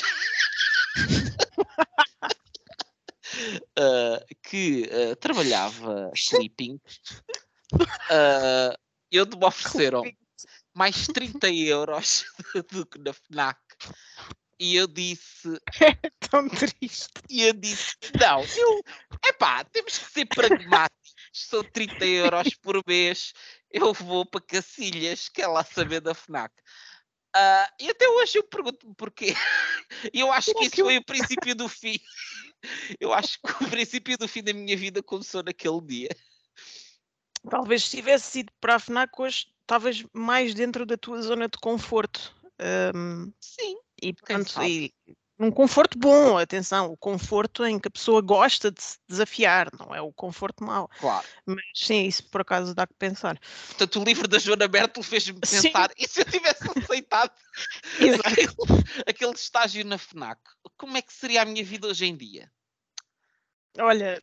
uh, que uh, trabalhava sleeping. Uh, e onde me ofereceram mais trinta euros do que na FNAC. E eu disse... É tão triste. E eu disse, não, eu... Epá, temos que ser pragmáticos. São trinta euros por mês. Eu vou para Cacilhas, quer lá saber da FNAC. Uh, e até hoje eu pergunto-me porquê. E eu acho que isso foi o princípio do fim. Eu acho que o princípio do fim da minha vida começou naquele dia. Talvez se tivesse ido para a FNAC hoje, talvez mais dentro da tua zona de conforto. Um, Sim, e quem pronto, sabe. e um conforto bom, atenção, o conforto em que a pessoa gosta de se desafiar, não é o conforto mau. Claro. Mas sim, isso por acaso dá que pensar. Portanto, o livro da Joana Bertel fez-me pensar, sim. E se eu tivesse aceitado aquele, aquele estágio na FNAC, como é que seria a minha vida hoje em dia? Olha,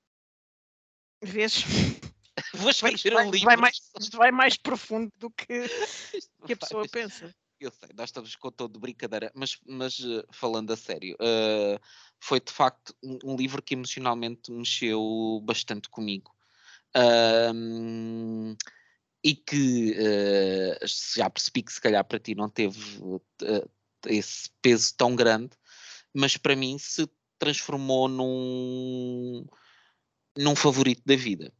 vês? Vou escrever vai, um livro. Vai mais, vai mais profundo do que, que a pessoa vai, pensa. Eu sei, nós estamos com todo de brincadeira, mas, mas uh, falando a sério, uh, foi de facto um, um livro que emocionalmente mexeu bastante comigo. Uh, e que uh, já percebi que se calhar para ti não teve uh, esse peso tão grande, mas para mim se transformou num, num favorito da vida.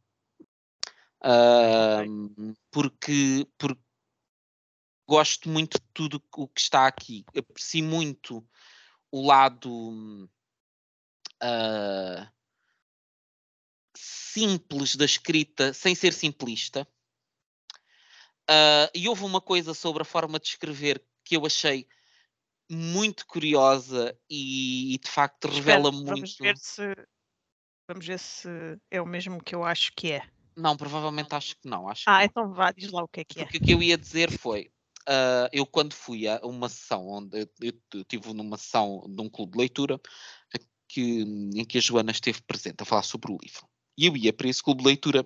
Uh, okay. porque, porque gosto muito de tudo o que está aqui. Aprecio muito o lado uh, simples da escrita, sem ser simplista. Uh, e houve uma coisa sobre a forma de escrever que eu achei muito curiosa e, e de facto revela Espera, muito. Vamos ver se vamos ver se é o mesmo que eu acho que é. Não, provavelmente acho que não. Acho ah, que então vá, diz lá o que é que Porque é. o que eu ia dizer foi, uh, eu quando fui a uma sessão, onde eu, eu, eu estive numa sessão de um clube de leitura, que, em que a Joana esteve presente a falar sobre o livro. E eu ia para esse clube de leitura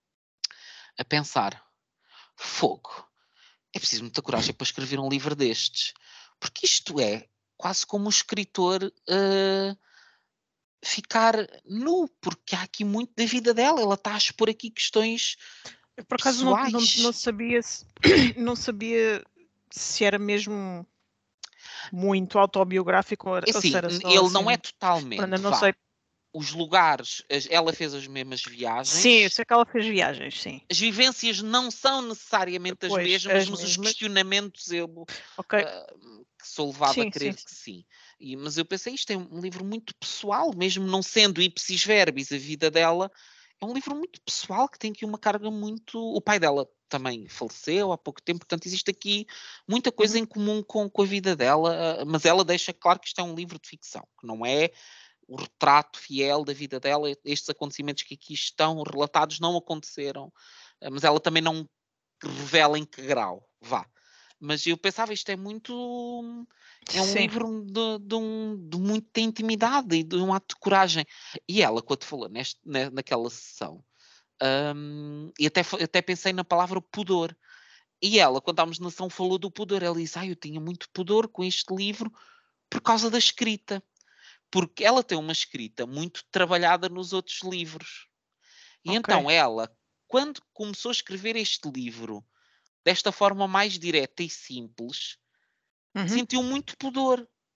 a pensar, fogo, é preciso muita coragem para escrever um livro destes. Porque isto é quase como o escritor uh, ficar nu, porque há aqui muito da vida dela, ela está a expor aqui questões eu, por acaso não, não, não sabia se, não sabia se era mesmo muito autobiográfico ou, assim, ou se era só ele assim, não é totalmente, não vá. sei. Os lugares, ela fez as mesmas viagens. Sim, eu sei que ela fez viagens, sim. As vivências não são necessariamente pois, as mesmas, as mas mesmas. os questionamentos eu okay. uh, que sou levado sim, a crer sim, que sim. sim. E, mas eu pensei, isto é um livro muito pessoal, mesmo não sendo ipsis verbis a vida dela, é um livro muito pessoal que tem aqui uma carga muito... O pai dela também faleceu há pouco tempo, portanto existe aqui muita coisa uhum. em comum com, com a vida dela, mas ela deixa claro que isto é um livro de ficção, que não é o retrato fiel da vida dela. Estes acontecimentos que aqui estão relatados não aconteceram, mas ela também não revela em que grau, vá. Mas eu pensava, isto é muito... É um Sim. livro de, de, um, de muita intimidade e de um ato de coragem. E ela, quando falou neste, naquela sessão, um, e até, até pensei na palavra pudor. E ela, quando estávamos na sessão, falou do pudor. Ela disse, ah, eu tinha muito pudor com este livro por causa da escrita. Porque ela tem uma escrita muito trabalhada nos outros livros. E okay. então ela, quando começou a escrever este livro desta forma mais direta e simples, uhum. sentiu muito pudor.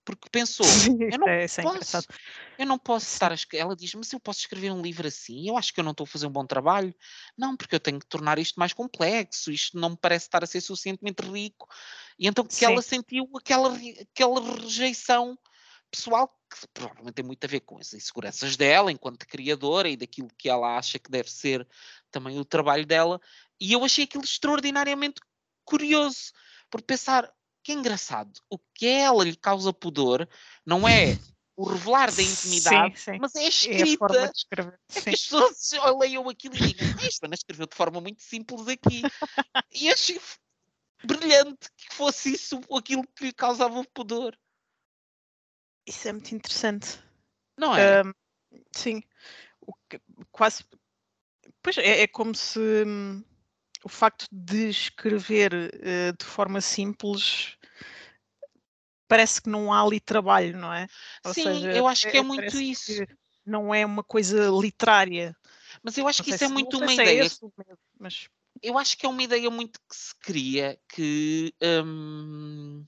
porque pensou, eu não é, é posso, eu não posso estar a escrever. Ela diz, mas eu posso escrever um livro assim? Eu acho que eu não estou a fazer um bom trabalho. Não, porque eu tenho que tornar isto mais complexo, isto não me parece estar a ser suficientemente rico. E então que ela sentiu aquela, aquela rejeição pessoal que provavelmente tem muito a ver com as inseguranças dela enquanto criadora e daquilo que ela acha que deve ser também o trabalho dela. E eu achei aquilo extraordinariamente curioso, por pensar que é engraçado, o que a ela lhe causa pudor não é o revelar da intimidade, sim, sim. mas é a escrita. É a forma de escrever. É que as pessoas leiam aquilo e digam, a Joana escreveu de forma muito simples aqui. E achei brilhante que fosse isso aquilo que lhe causava pudor. Isso é muito interessante. Não é? Um, sim. O que, quase. Pois é, é como se hum, o facto de escrever uh, de forma simples parece que não há ali trabalho, não é? Ou Sim, seja, eu acho que é é, muito parece isso. que não é uma coisa literária. Mas eu acho Não que sei isso é se, não muito sei uma se é ideia. esse o mesmo, mas Eu acho que é uma ideia muito que se cria que, hum,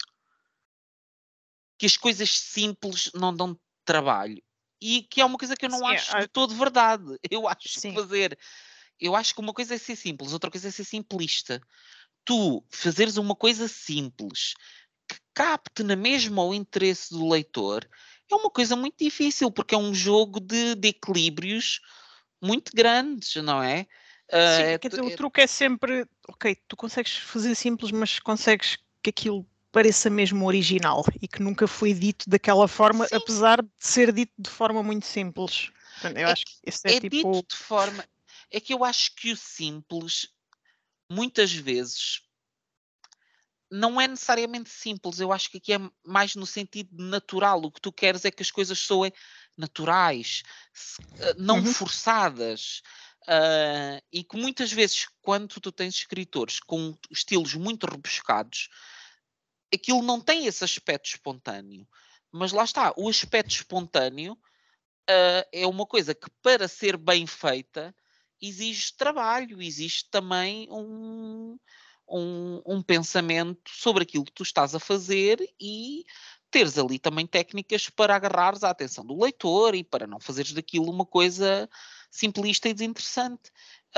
que as coisas simples não dão trabalho. E que é uma coisa que eu não sim, acho é, de todo verdade. Eu acho que sim. fazer. Eu acho que uma coisa é ser simples, outra coisa é ser simplista. Tu fazeres uma coisa simples que capte na mesma o interesse do leitor é uma coisa muito difícil, porque é um jogo de, de equilíbrios muito grandes, não é? Uh, Sim, é, quer dizer, o é truque é sempre, ok, tu consegues fazer simples, mas consegues que aquilo pareça mesmo original e que nunca foi dito daquela forma, sim, apesar de ser dito de forma muito simples. Portanto, eu é acho que que isso é é dito tipo. de forma. É que eu acho que o simples, muitas vezes, não é necessariamente simples. Eu acho que aqui é mais no sentido natural. O que tu queres é que as coisas soem naturais, se- eh, não Uhum. forçadas. Ah, e que muitas vezes, quando tu tens escritores com estilos muito rebuscados, aquilo não tem esse aspecto espontâneo. Mas lá está, o aspecto espontâneo ah, é uma coisa que, para ser bem feita, exige trabalho, exige também um, um, um pensamento sobre aquilo que tu estás a fazer e teres ali também técnicas para agarrares a atenção do leitor e para não fazeres daquilo uma coisa simplista e desinteressante.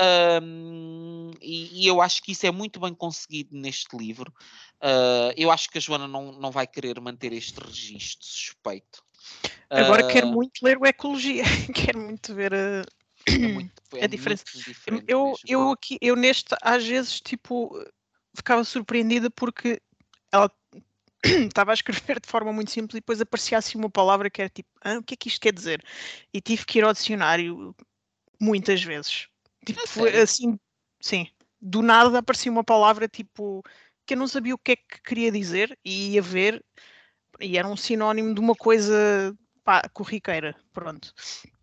Um, e, e eu acho que isso é muito bem conseguido neste livro. Uh, eu acho que a Joana não, não vai querer manter este registro suspeito. Agora quero Uh, muito ler o Ecologia, quero muito ver a, É muito, a é diferença. muito diferente Eu, mesmo. eu aqui, eu neste, às vezes, tipo, ficava surpreendida porque ela estava a escrever de forma muito simples e depois aparecia assim uma palavra que era tipo, ah, o que é que isto quer dizer? E tive que ir ao dicionário muitas vezes. Tipo, É foi sério. assim, sim, do nada aparecia uma palavra tipo que eu não sabia o que é que queria dizer e ia ver e era um sinónimo de uma coisa pá, corriqueira, pronto.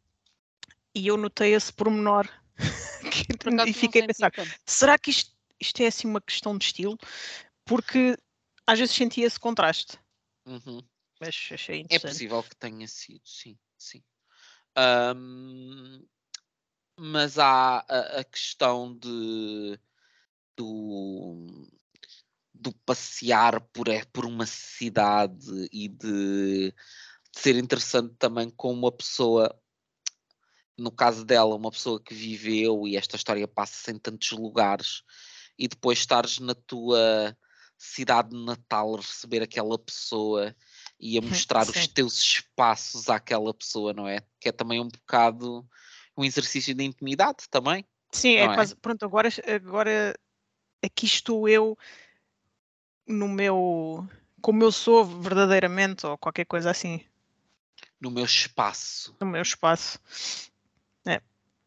E eu notei esse pormenor Por e acaso não fiquei a senti pensar, tanto. será que isto, isto é assim uma questão de estilo? Porque às vezes sentia esse contraste, Uhum. mas achei É interessante. possível que tenha sido, sim, sim. Ahm, mas há a, a questão de do, do passear por, é, por uma cidade e de, de ser interessante também com uma pessoa, no caso dela, uma pessoa que viveu e esta história passa-se em tantos lugares e depois estares na tua cidade natal a receber aquela pessoa e a mostrar os Sim. teus espaços àquela pessoa, não é? Que é também um bocado um exercício de intimidade também, Sim, é não é? quase. Pronto, agora, agora aqui estou eu no meu. Como eu sou verdadeiramente, ou qualquer coisa assim, No meu espaço. no meu espaço. É.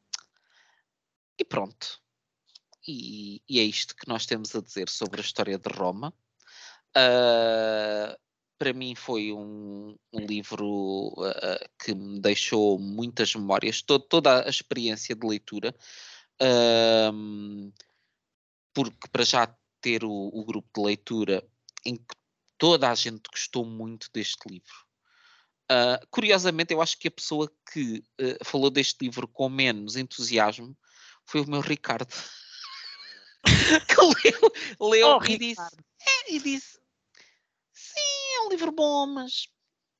E pronto. E, e é isto que nós temos a dizer sobre a história de Roma. Uh, para mim foi um, um livro uh, que me deixou muitas memórias, todo, toda a experiência de leitura, uh, porque para já ter o, o grupo de leitura em que toda a gente gostou muito deste livro. Uh, curiosamente, eu acho que a pessoa que uh, falou deste livro com menos entusiasmo foi o meu Ricardo, que leu, leu Oh, e disse, Ricardo. é, e disse, sim, é um livro bom, mas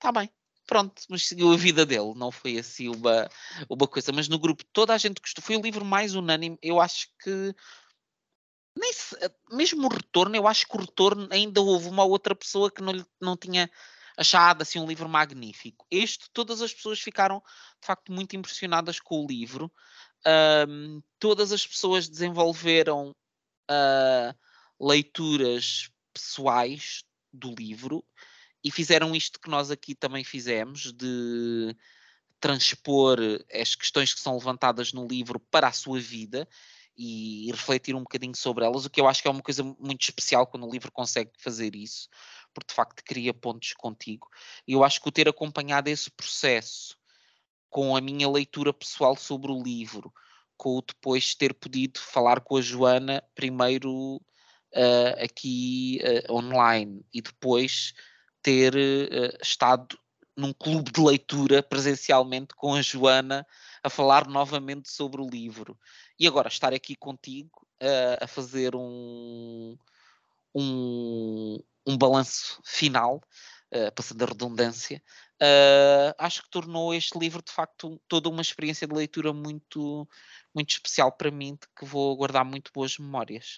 está bem. Pronto, mas seguiu a vida dele, não foi assim uma, uma coisa. Mas no grupo toda a gente gostou. Foi o livro mais unânime. Eu acho que nem se, mesmo o retorno, eu acho que o retorno ainda houve uma outra pessoa que não, não tinha achado assim um livro magnífico. Este, todas as pessoas ficaram de facto muito impressionadas com o livro. Um, todas as pessoas desenvolveram uh, leituras pessoais do livro e fizeram isto que nós aqui também fizemos, de transpor as questões que são levantadas no livro para a sua vida e refletir um bocadinho sobre elas, o que eu acho que é uma coisa muito especial quando o livro consegue fazer isso, porque de facto cria pontos contigo. E eu acho que o ter acompanhado esse processo com a minha leitura pessoal sobre o livro, com o depois ter podido falar com a Joana, primeiro uh, aqui uh, online, e depois ter uh, estado num clube de leitura presencialmente com a Joana a falar novamente sobre o livro. E agora estar aqui contigo uh, a fazer um, um, um balanço final, uh, passando a redundância, uh, acho que tornou este livro de facto toda uma experiência de leitura muito, muito especial para mim, de que vou guardar muito boas memórias.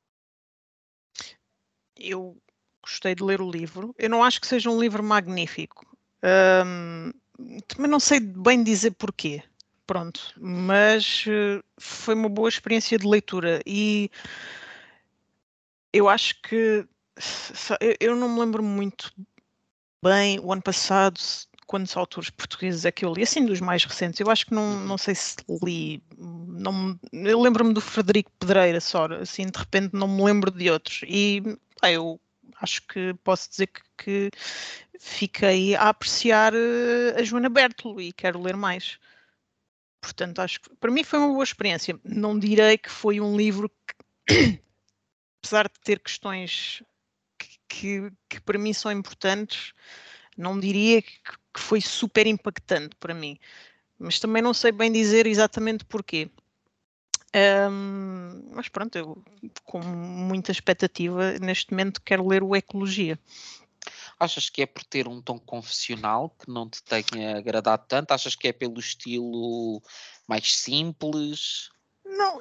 Eu gostei de ler o livro. Eu não acho que seja um livro magnífico. Um, também não sei bem dizer porquê. Pronto, mas uh, foi uma boa experiência de leitura e eu acho que eu, eu não me lembro muito bem o ano passado quantos autores portugueses é que eu li, assim dos mais recentes. Eu acho que não, não sei se li, não, eu lembro-me do Frederico Pedreira só, assim de repente não me lembro de outros e ah, eu acho que posso dizer que, que fiquei a apreciar a Joana Bertolo e quero ler mais. Portanto, acho que para mim foi uma boa experiência. Não direi que foi um livro que, apesar de ter questões que, que, que para mim são importantes, não diria que, que foi super impactante para mim. Mas também não sei bem dizer exatamente porquê. Um, mas pronto, eu com muita expectativa, neste momento quero ler o Ecologia. Achas que é por ter um tom confessional que não te tenha agradado tanto? Achas que é pelo estilo mais simples? Não,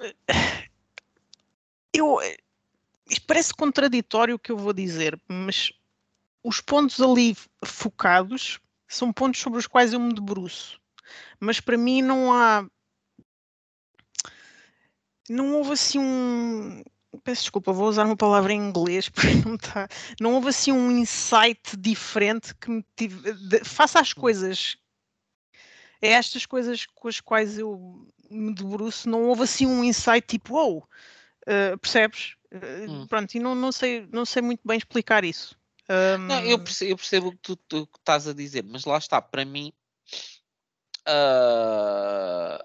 eu. Isto parece contraditório o que eu vou dizer, mas os pontos ali focados são pontos sobre os quais eu me debruço. Mas para mim não há. Não houve assim um. Peço desculpa, vou usar uma palavra em inglês porque não está. Não houve assim um insight diferente que me tive. De... Faça as coisas. É estas coisas com as quais eu me debruço, não houve assim um insight tipo, wow, uh, percebes? Uh, Hum. Pronto, e não, não, sei, não sei muito bem explicar isso. Um... Não, eu percebo, eu percebo o que tu, tu que estás a dizer, mas lá está, para mim. Uh,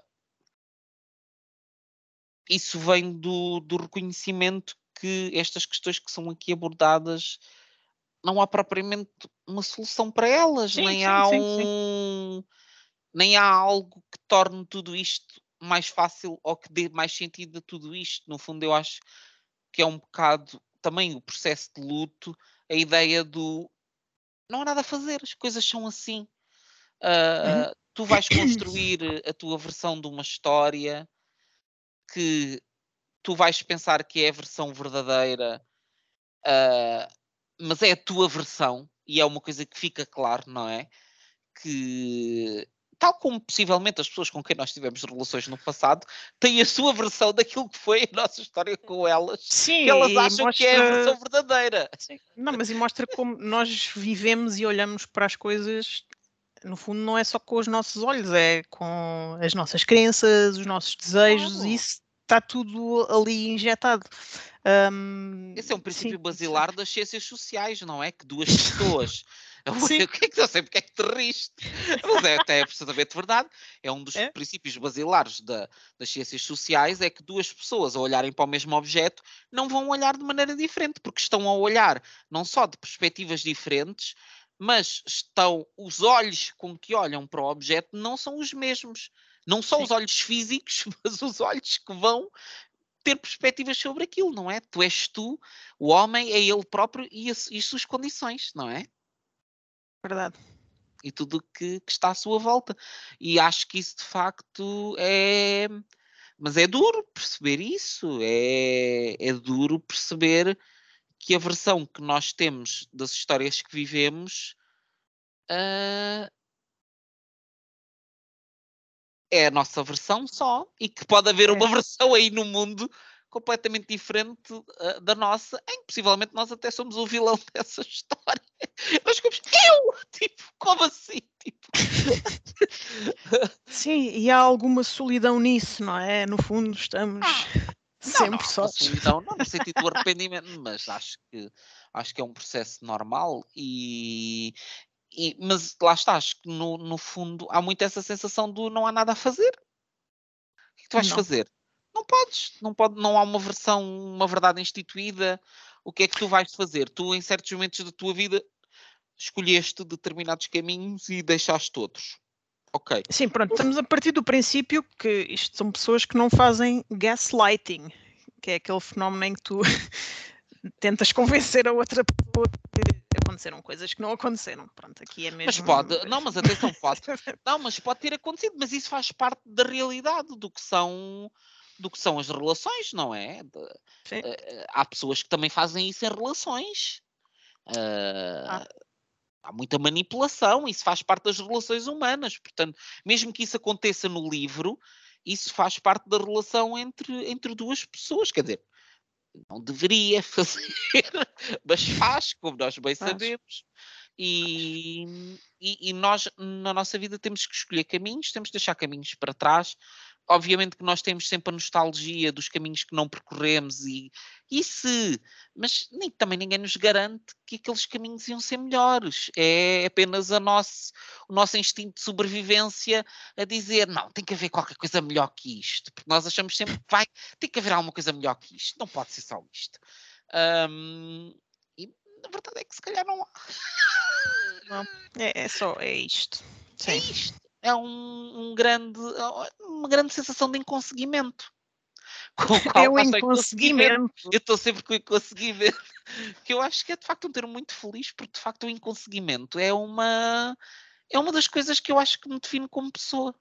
isso vem do, do reconhecimento que estas questões que são aqui abordadas não há propriamente uma solução para elas, sim, nem sim, há sim, sim. um nem há algo que torne tudo isto mais fácil ou que dê mais sentido a tudo isto. No fundo, eu acho que é um bocado também o processo de luto, a ideia do não há nada a fazer, as coisas são assim. Uhum. Uh, tu vais construir a tua versão de uma história que tu vais pensar que é a versão verdadeira, uh, mas é a tua versão, e é uma coisa que fica claro, não é? Que, tal como possivelmente as pessoas com quem nós tivemos relações no passado, têm a sua versão daquilo que foi a nossa história com elas, Sim, que elas e acham que é a versão mostra. verdadeira. Sim. Não, mas e mostra como nós vivemos e olhamos para as coisas. No fundo, não é só com os nossos olhos, é com as nossas crenças, os nossos desejos, Claro. isso está tudo ali injetado. Um, Esse é um sim, princípio basilar das ciências sociais, não é? Que duas pessoas. sim. O que é que eu sei porque é que te riste? Mas é até absolutamente verdade. É um dos É? princípios basilares da, das ciências sociais, é que duas pessoas a olharem para o mesmo objeto não vão olhar de maneira diferente, porque estão a olhar não só de perspectivas diferentes, mas estão os olhos com que olham para o objeto não são os mesmos. Não só Sim, os olhos físicos, mas os olhos que vão ter perspectivas sobre aquilo, não é? Tu és tu, o homem é ele próprio e as, e as suas condições, não é? verdade. e tudo que, que está à sua volta. E acho que isso de facto é... Mas é duro perceber isso, é, é duro perceber que a versão que nós temos das histórias que vivemos uh, é a nossa versão só, e que pode haver É. uma versão aí no mundo completamente diferente uh, da nossa, em que possivelmente nós até somos o vilão dessa história. Nós ficamos, eu! Tipo, como assim? Tipo... Sim, e há alguma solidão nisso, não é? No fundo, estamos ah, sempre não, não, sós. solidão, não no sentido do arrependimento, mas acho que, acho que é um processo normal e, e mas lá está, acho que no, no fundo há muito essa sensação do não há nada a fazer. O que é que tu vais Não. fazer? Não podes, não, pode, não há uma versão, uma verdade instituída. O que é que tu vais fazer? Tu, em certos momentos da tua vida, escolheste determinados caminhos e deixaste outros. Ok. Sim, pronto, estamos a partir do princípio que isto são pessoas que não fazem gaslighting, que é aquele fenómeno em que tu tentas convencer a outra pessoa que aconteceram coisas que não aconteceram. Pronto, aqui é mesmo... Mas pode, não, mas atenção, pode, não, mas pode ter acontecido, mas isso faz parte da realidade do que são, do que são as relações, não é? De, uh, há pessoas que também fazem isso em relações. Uh, ah. Há muita manipulação, isso faz parte das relações humanas, portanto, mesmo que isso aconteça no livro, isso faz parte da relação entre, entre duas pessoas, quer dizer, não deveria fazer, mas faz, como nós bem Faz. sabemos. E, e, e nós, na nossa vida, temos que escolher caminhos, temos que deixar caminhos para trás. Obviamente que nós temos sempre a nostalgia dos caminhos que não percorremos e, e se, mas nem, também ninguém nos garante que aqueles caminhos iam ser melhores. É apenas a nosso, o nosso instinto de sobrevivência a dizer, não, tem que haver qualquer coisa melhor que isto, porque nós achamos sempre que vai, tem que haver alguma coisa melhor que isto, não pode ser só isto. Um, e a verdade é que se calhar não há. Não, é, é só, é isto. Sim. É isto. É um, um grande, uma grande sensação de inconseguimento. Com o qual é um inconseguimento. Eu estou sempre com o inconseguimento. Que eu acho que é de facto um termo muito feliz, porque de facto o inconseguimento é uma, é uma das coisas que eu acho que me define como pessoa.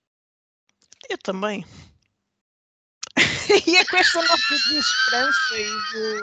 Eu também. E é com esta nota de esperança e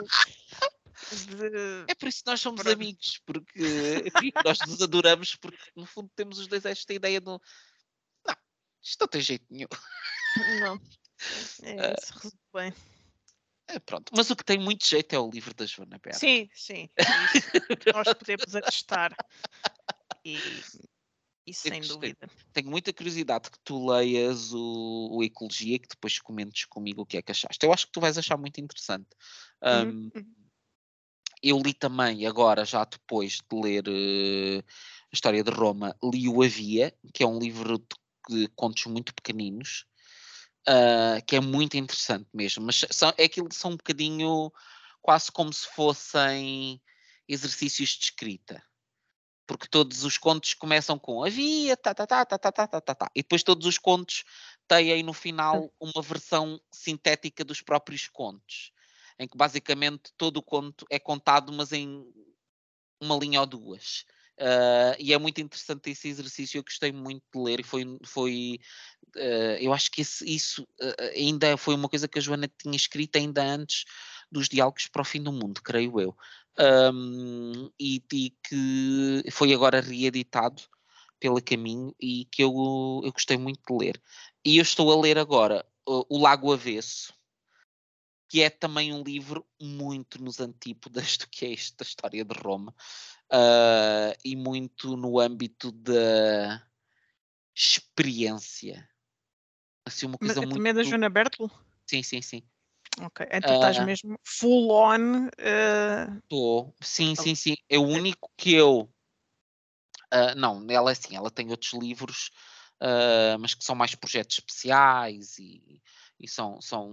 de... De... É por isso que nós somos Pronto. amigos, porque enfim, nós nos adoramos, porque no fundo temos os dois esta ideia do não, isto não tem jeito nenhum. Não, é, isso resume bem. É, pronto, mas o que tem muito jeito é o livro da Joana Berto. Sim, sim, isso nós podemos atestar. E, e sem dúvida. Tenho muita curiosidade que tu leias o, o Ecologia e que depois comentes comigo o que é que achaste. Eu acho que tu vais achar muito interessante. Um, uhum. Eu li também, agora, já depois de ler uh, a História de Roma, li o Havia, que é um livro de, de contos muito pequeninos, uh, que é muito interessante mesmo. Mas são, é aquilo que são um bocadinho quase como se fossem exercícios de escrita. Porque todos os contos começam com havia, tá, tá, tá, tá, tá, tá, tá, tá, e depois todos os contos têm aí no final uma versão sintética dos próprios contos, em que basicamente todo o conto é contado, mas em uma linha ou duas. Uh, e é muito interessante esse exercício, eu gostei muito de ler e foi, foi uh, eu acho que esse, isso uh, ainda foi uma coisa que a Joana tinha escrito ainda antes dos Diálogos para o Fim do Mundo, creio eu, um, e, e que foi agora reeditado pela Caminho e que eu, eu gostei muito de ler. E eu estou a ler agora uh, O Lago Avesso, que é também um livro muito nos antípodas do que é esta história de Roma, uh, e muito no âmbito da experiência. Assim, uma coisa Mas, muito... também é da Joana Bertolo? Sim, sim, sim. Ok, então uh, estás mesmo full on... Estou, uh... sim, sim, sim. É o único que eu... Uh, não, ela é assim, ela tem outros livros, uh, mas que são mais projetos especiais e, e são, são...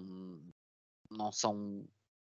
não são...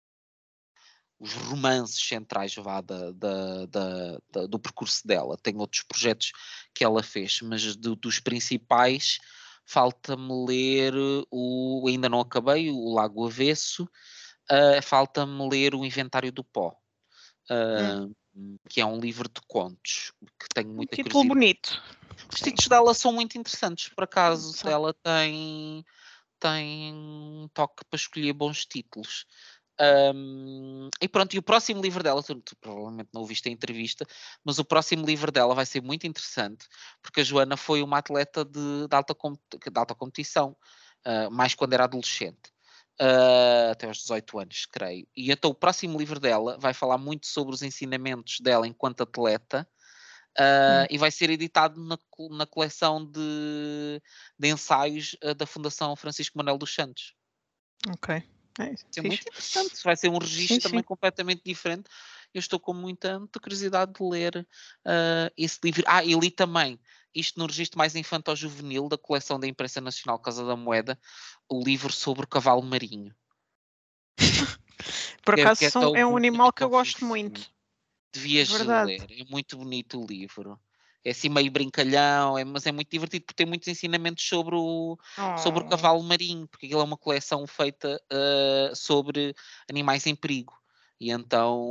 os romances centrais vá, da, da, da, da, do percurso dela. Tem outros projetos que ela fez, mas do, dos principais falta-me ler o... ainda não acabei, o Lago Avesso, uh, falta-me ler o Inventário do Pó. Uh, hum. que é um livro de contos, que tenho muita um título bonito. Os títulos dela são muito interessantes, por acaso. Sim. Ela tem, tem um toque para escolher bons títulos. Um, e pronto, e o próximo livro dela, tu, tu provavelmente não ouviste a entrevista, mas o próximo livro dela vai ser muito interessante, porque a Joana foi uma atleta de, de, alta, de alta competição, uh, mais quando era adolescente. Uh, até aos dezoito anos, creio. E então o próximo livro dela vai falar muito sobre os ensinamentos dela enquanto atleta, uh, hum. e vai ser editado na, na coleção de, de ensaios uh, da Fundação Francisco Manuel dos Santos. Ok. É, vai ser muito interessante, vai ser um registro sim, também sim. completamente diferente. Eu estou com muita, muita curiosidade de ler uh, esse livro. Ah, e li também, isto no registro mais infantil-juvenil da coleção da Imprensa Nacional Casa da Moeda, o livro sobre o cavalo marinho. Por acaso é, é, são, é um animal que eu gosto muito. Devias ler, é muito bonito o livro. É assim meio brincalhão, é, mas é muito divertido porque tem muitos ensinamentos sobre o, oh. sobre o cavalo marinho, porque aquilo é uma coleção feita uh, sobre animais em perigo. E então,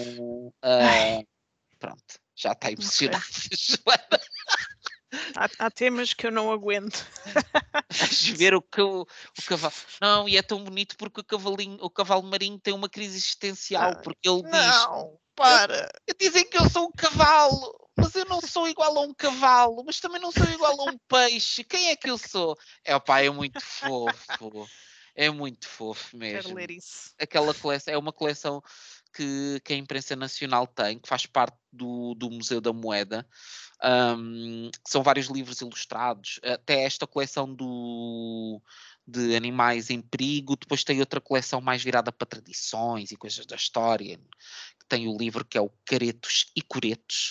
uh, pronto, já está emocionado. Okay. há, há temas que eu não aguento. Vais ver o, que, o, o cavalo. Não, e é tão bonito porque o, cavalinho, o cavalo marinho tem uma crise existencial, não, porque ele não, diz... Não, para! Eu, dizem que eu sou um cavalo, mas eu não sou igual a um cavalo, mas também não sou igual a um peixe. Quem é que eu sou? É, opa, é muito fofo. É muito fofo mesmo. Quero ler isso. Aquela coleção, é uma coleção que, que a imprensa nacional tem, que faz parte do, do Museu da Moeda. Um, que são vários livros ilustrados. Até esta coleção do, de animais em perigo. Depois tem outra coleção mais virada para tradições e coisas da história. Tem o livro que é o Caretos e Coretos.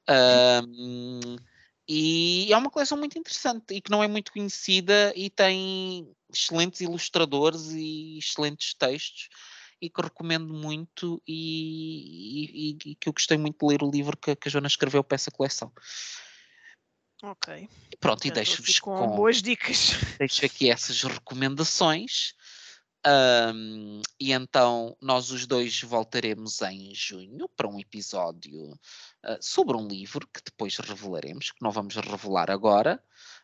Um, e é uma coleção muito interessante e que não é muito conhecida e tem excelentes ilustradores e excelentes textos e que recomendo muito e, e, e que eu gostei muito de ler o livro que, que a Joana escreveu para essa coleção. Ok. Pronto, Já e deixo-vos com, com boas dicas. Deixo aqui essas recomendações. Um, e então nós os dois voltaremos em junho para um episódio uh, sobre um livro que depois revelaremos, que não vamos revelar agora.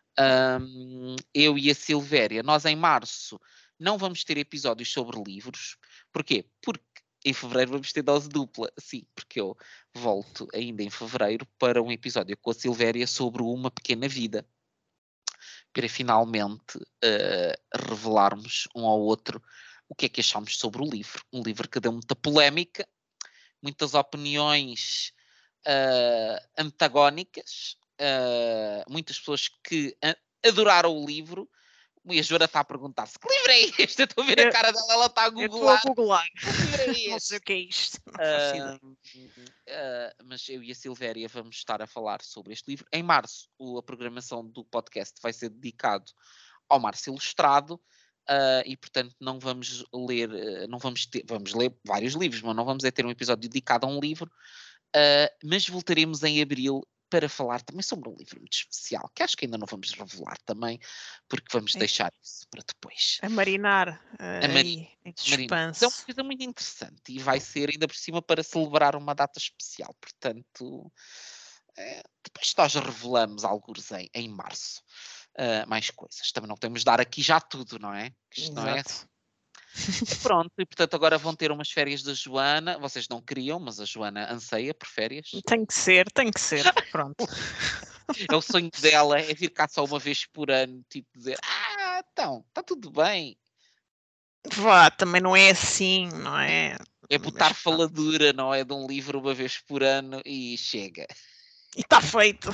Um, eu e a Silvéria, nós em março não vamos ter episódios sobre livros. Porquê? Porque em fevereiro vamos ter dose dupla. Sim, porque eu volto ainda em fevereiro para um episódio com a Silvéria sobre Uma Pequena Vida, para finalmente uh, revelarmos um ao outro o que é que achamos sobre o livro. Um livro que deu muita polémica, muitas opiniões uh, antagónicas, uh, muitas pessoas que adoraram o livro. E a Joana está a perguntar-se: que livro é este? Eu estou a ver eu, a cara dela, ela está a googlar. Eu estou a googlar. Que livro é este? Não sei o que é isto. Uh, uh, mas eu e a Silvéria vamos estar a falar sobre este livro. Em março, o, a programação do podcast vai ser dedicado ao Março Ilustrado, uh, e portanto não vamos ler, uh, não vamos ter, vamos ler vários livros, mas não vamos é ter um episódio dedicado a um livro, uh, mas voltaremos em abril para falar também sobre um livro muito especial, que acho que ainda não vamos revelar também, porque vamos é. deixar isso para depois. A marinar, uh, a mari em suspense. É uma coisa muito interessante e vai ser ainda por cima para celebrar uma data especial, portanto, é, depois nós revelamos alguns em, em março. Uh, mais coisas. Também não temos de dar aqui já tudo, não é? Isto não é assim. Pronto, e portanto agora vão ter umas férias da Joana. Vocês não queriam, mas a Joana anseia por férias. Tem que ser, tem que ser. Pronto. É o sonho dela, é vir cá só uma vez por ano, tipo dizer, ah, então, está tudo bem. Vá, também não é assim, não é? É botar mas, faladura, não é? De um livro uma vez por ano e chega. E está feito.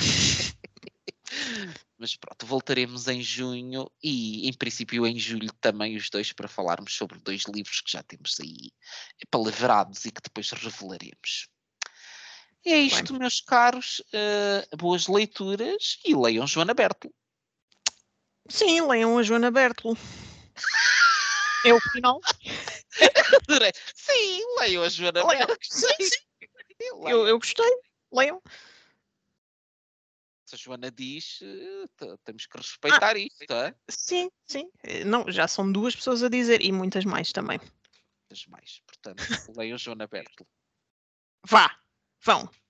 Mas pronto, voltaremos em junho e em princípio em julho também os dois para falarmos sobre dois livros que já temos aí palavrados e que depois revelaremos. E é isto, Bem. meus caros. Uh, boas leituras e leiam Joana Bertolo. Sim, leiam a Joana Bertolo. É o final? Sim, leiam a Joana leiam. Bertolo. Sim, sim. Eu, eu gostei. Leiam. A Joana diz, uh, temos que respeitar ah, isto, é? Sim, sim. Não, já são duas pessoas a dizer e muitas mais também. Muitas mais. Portanto, leiam Joana Bertolo. Vá. Vão.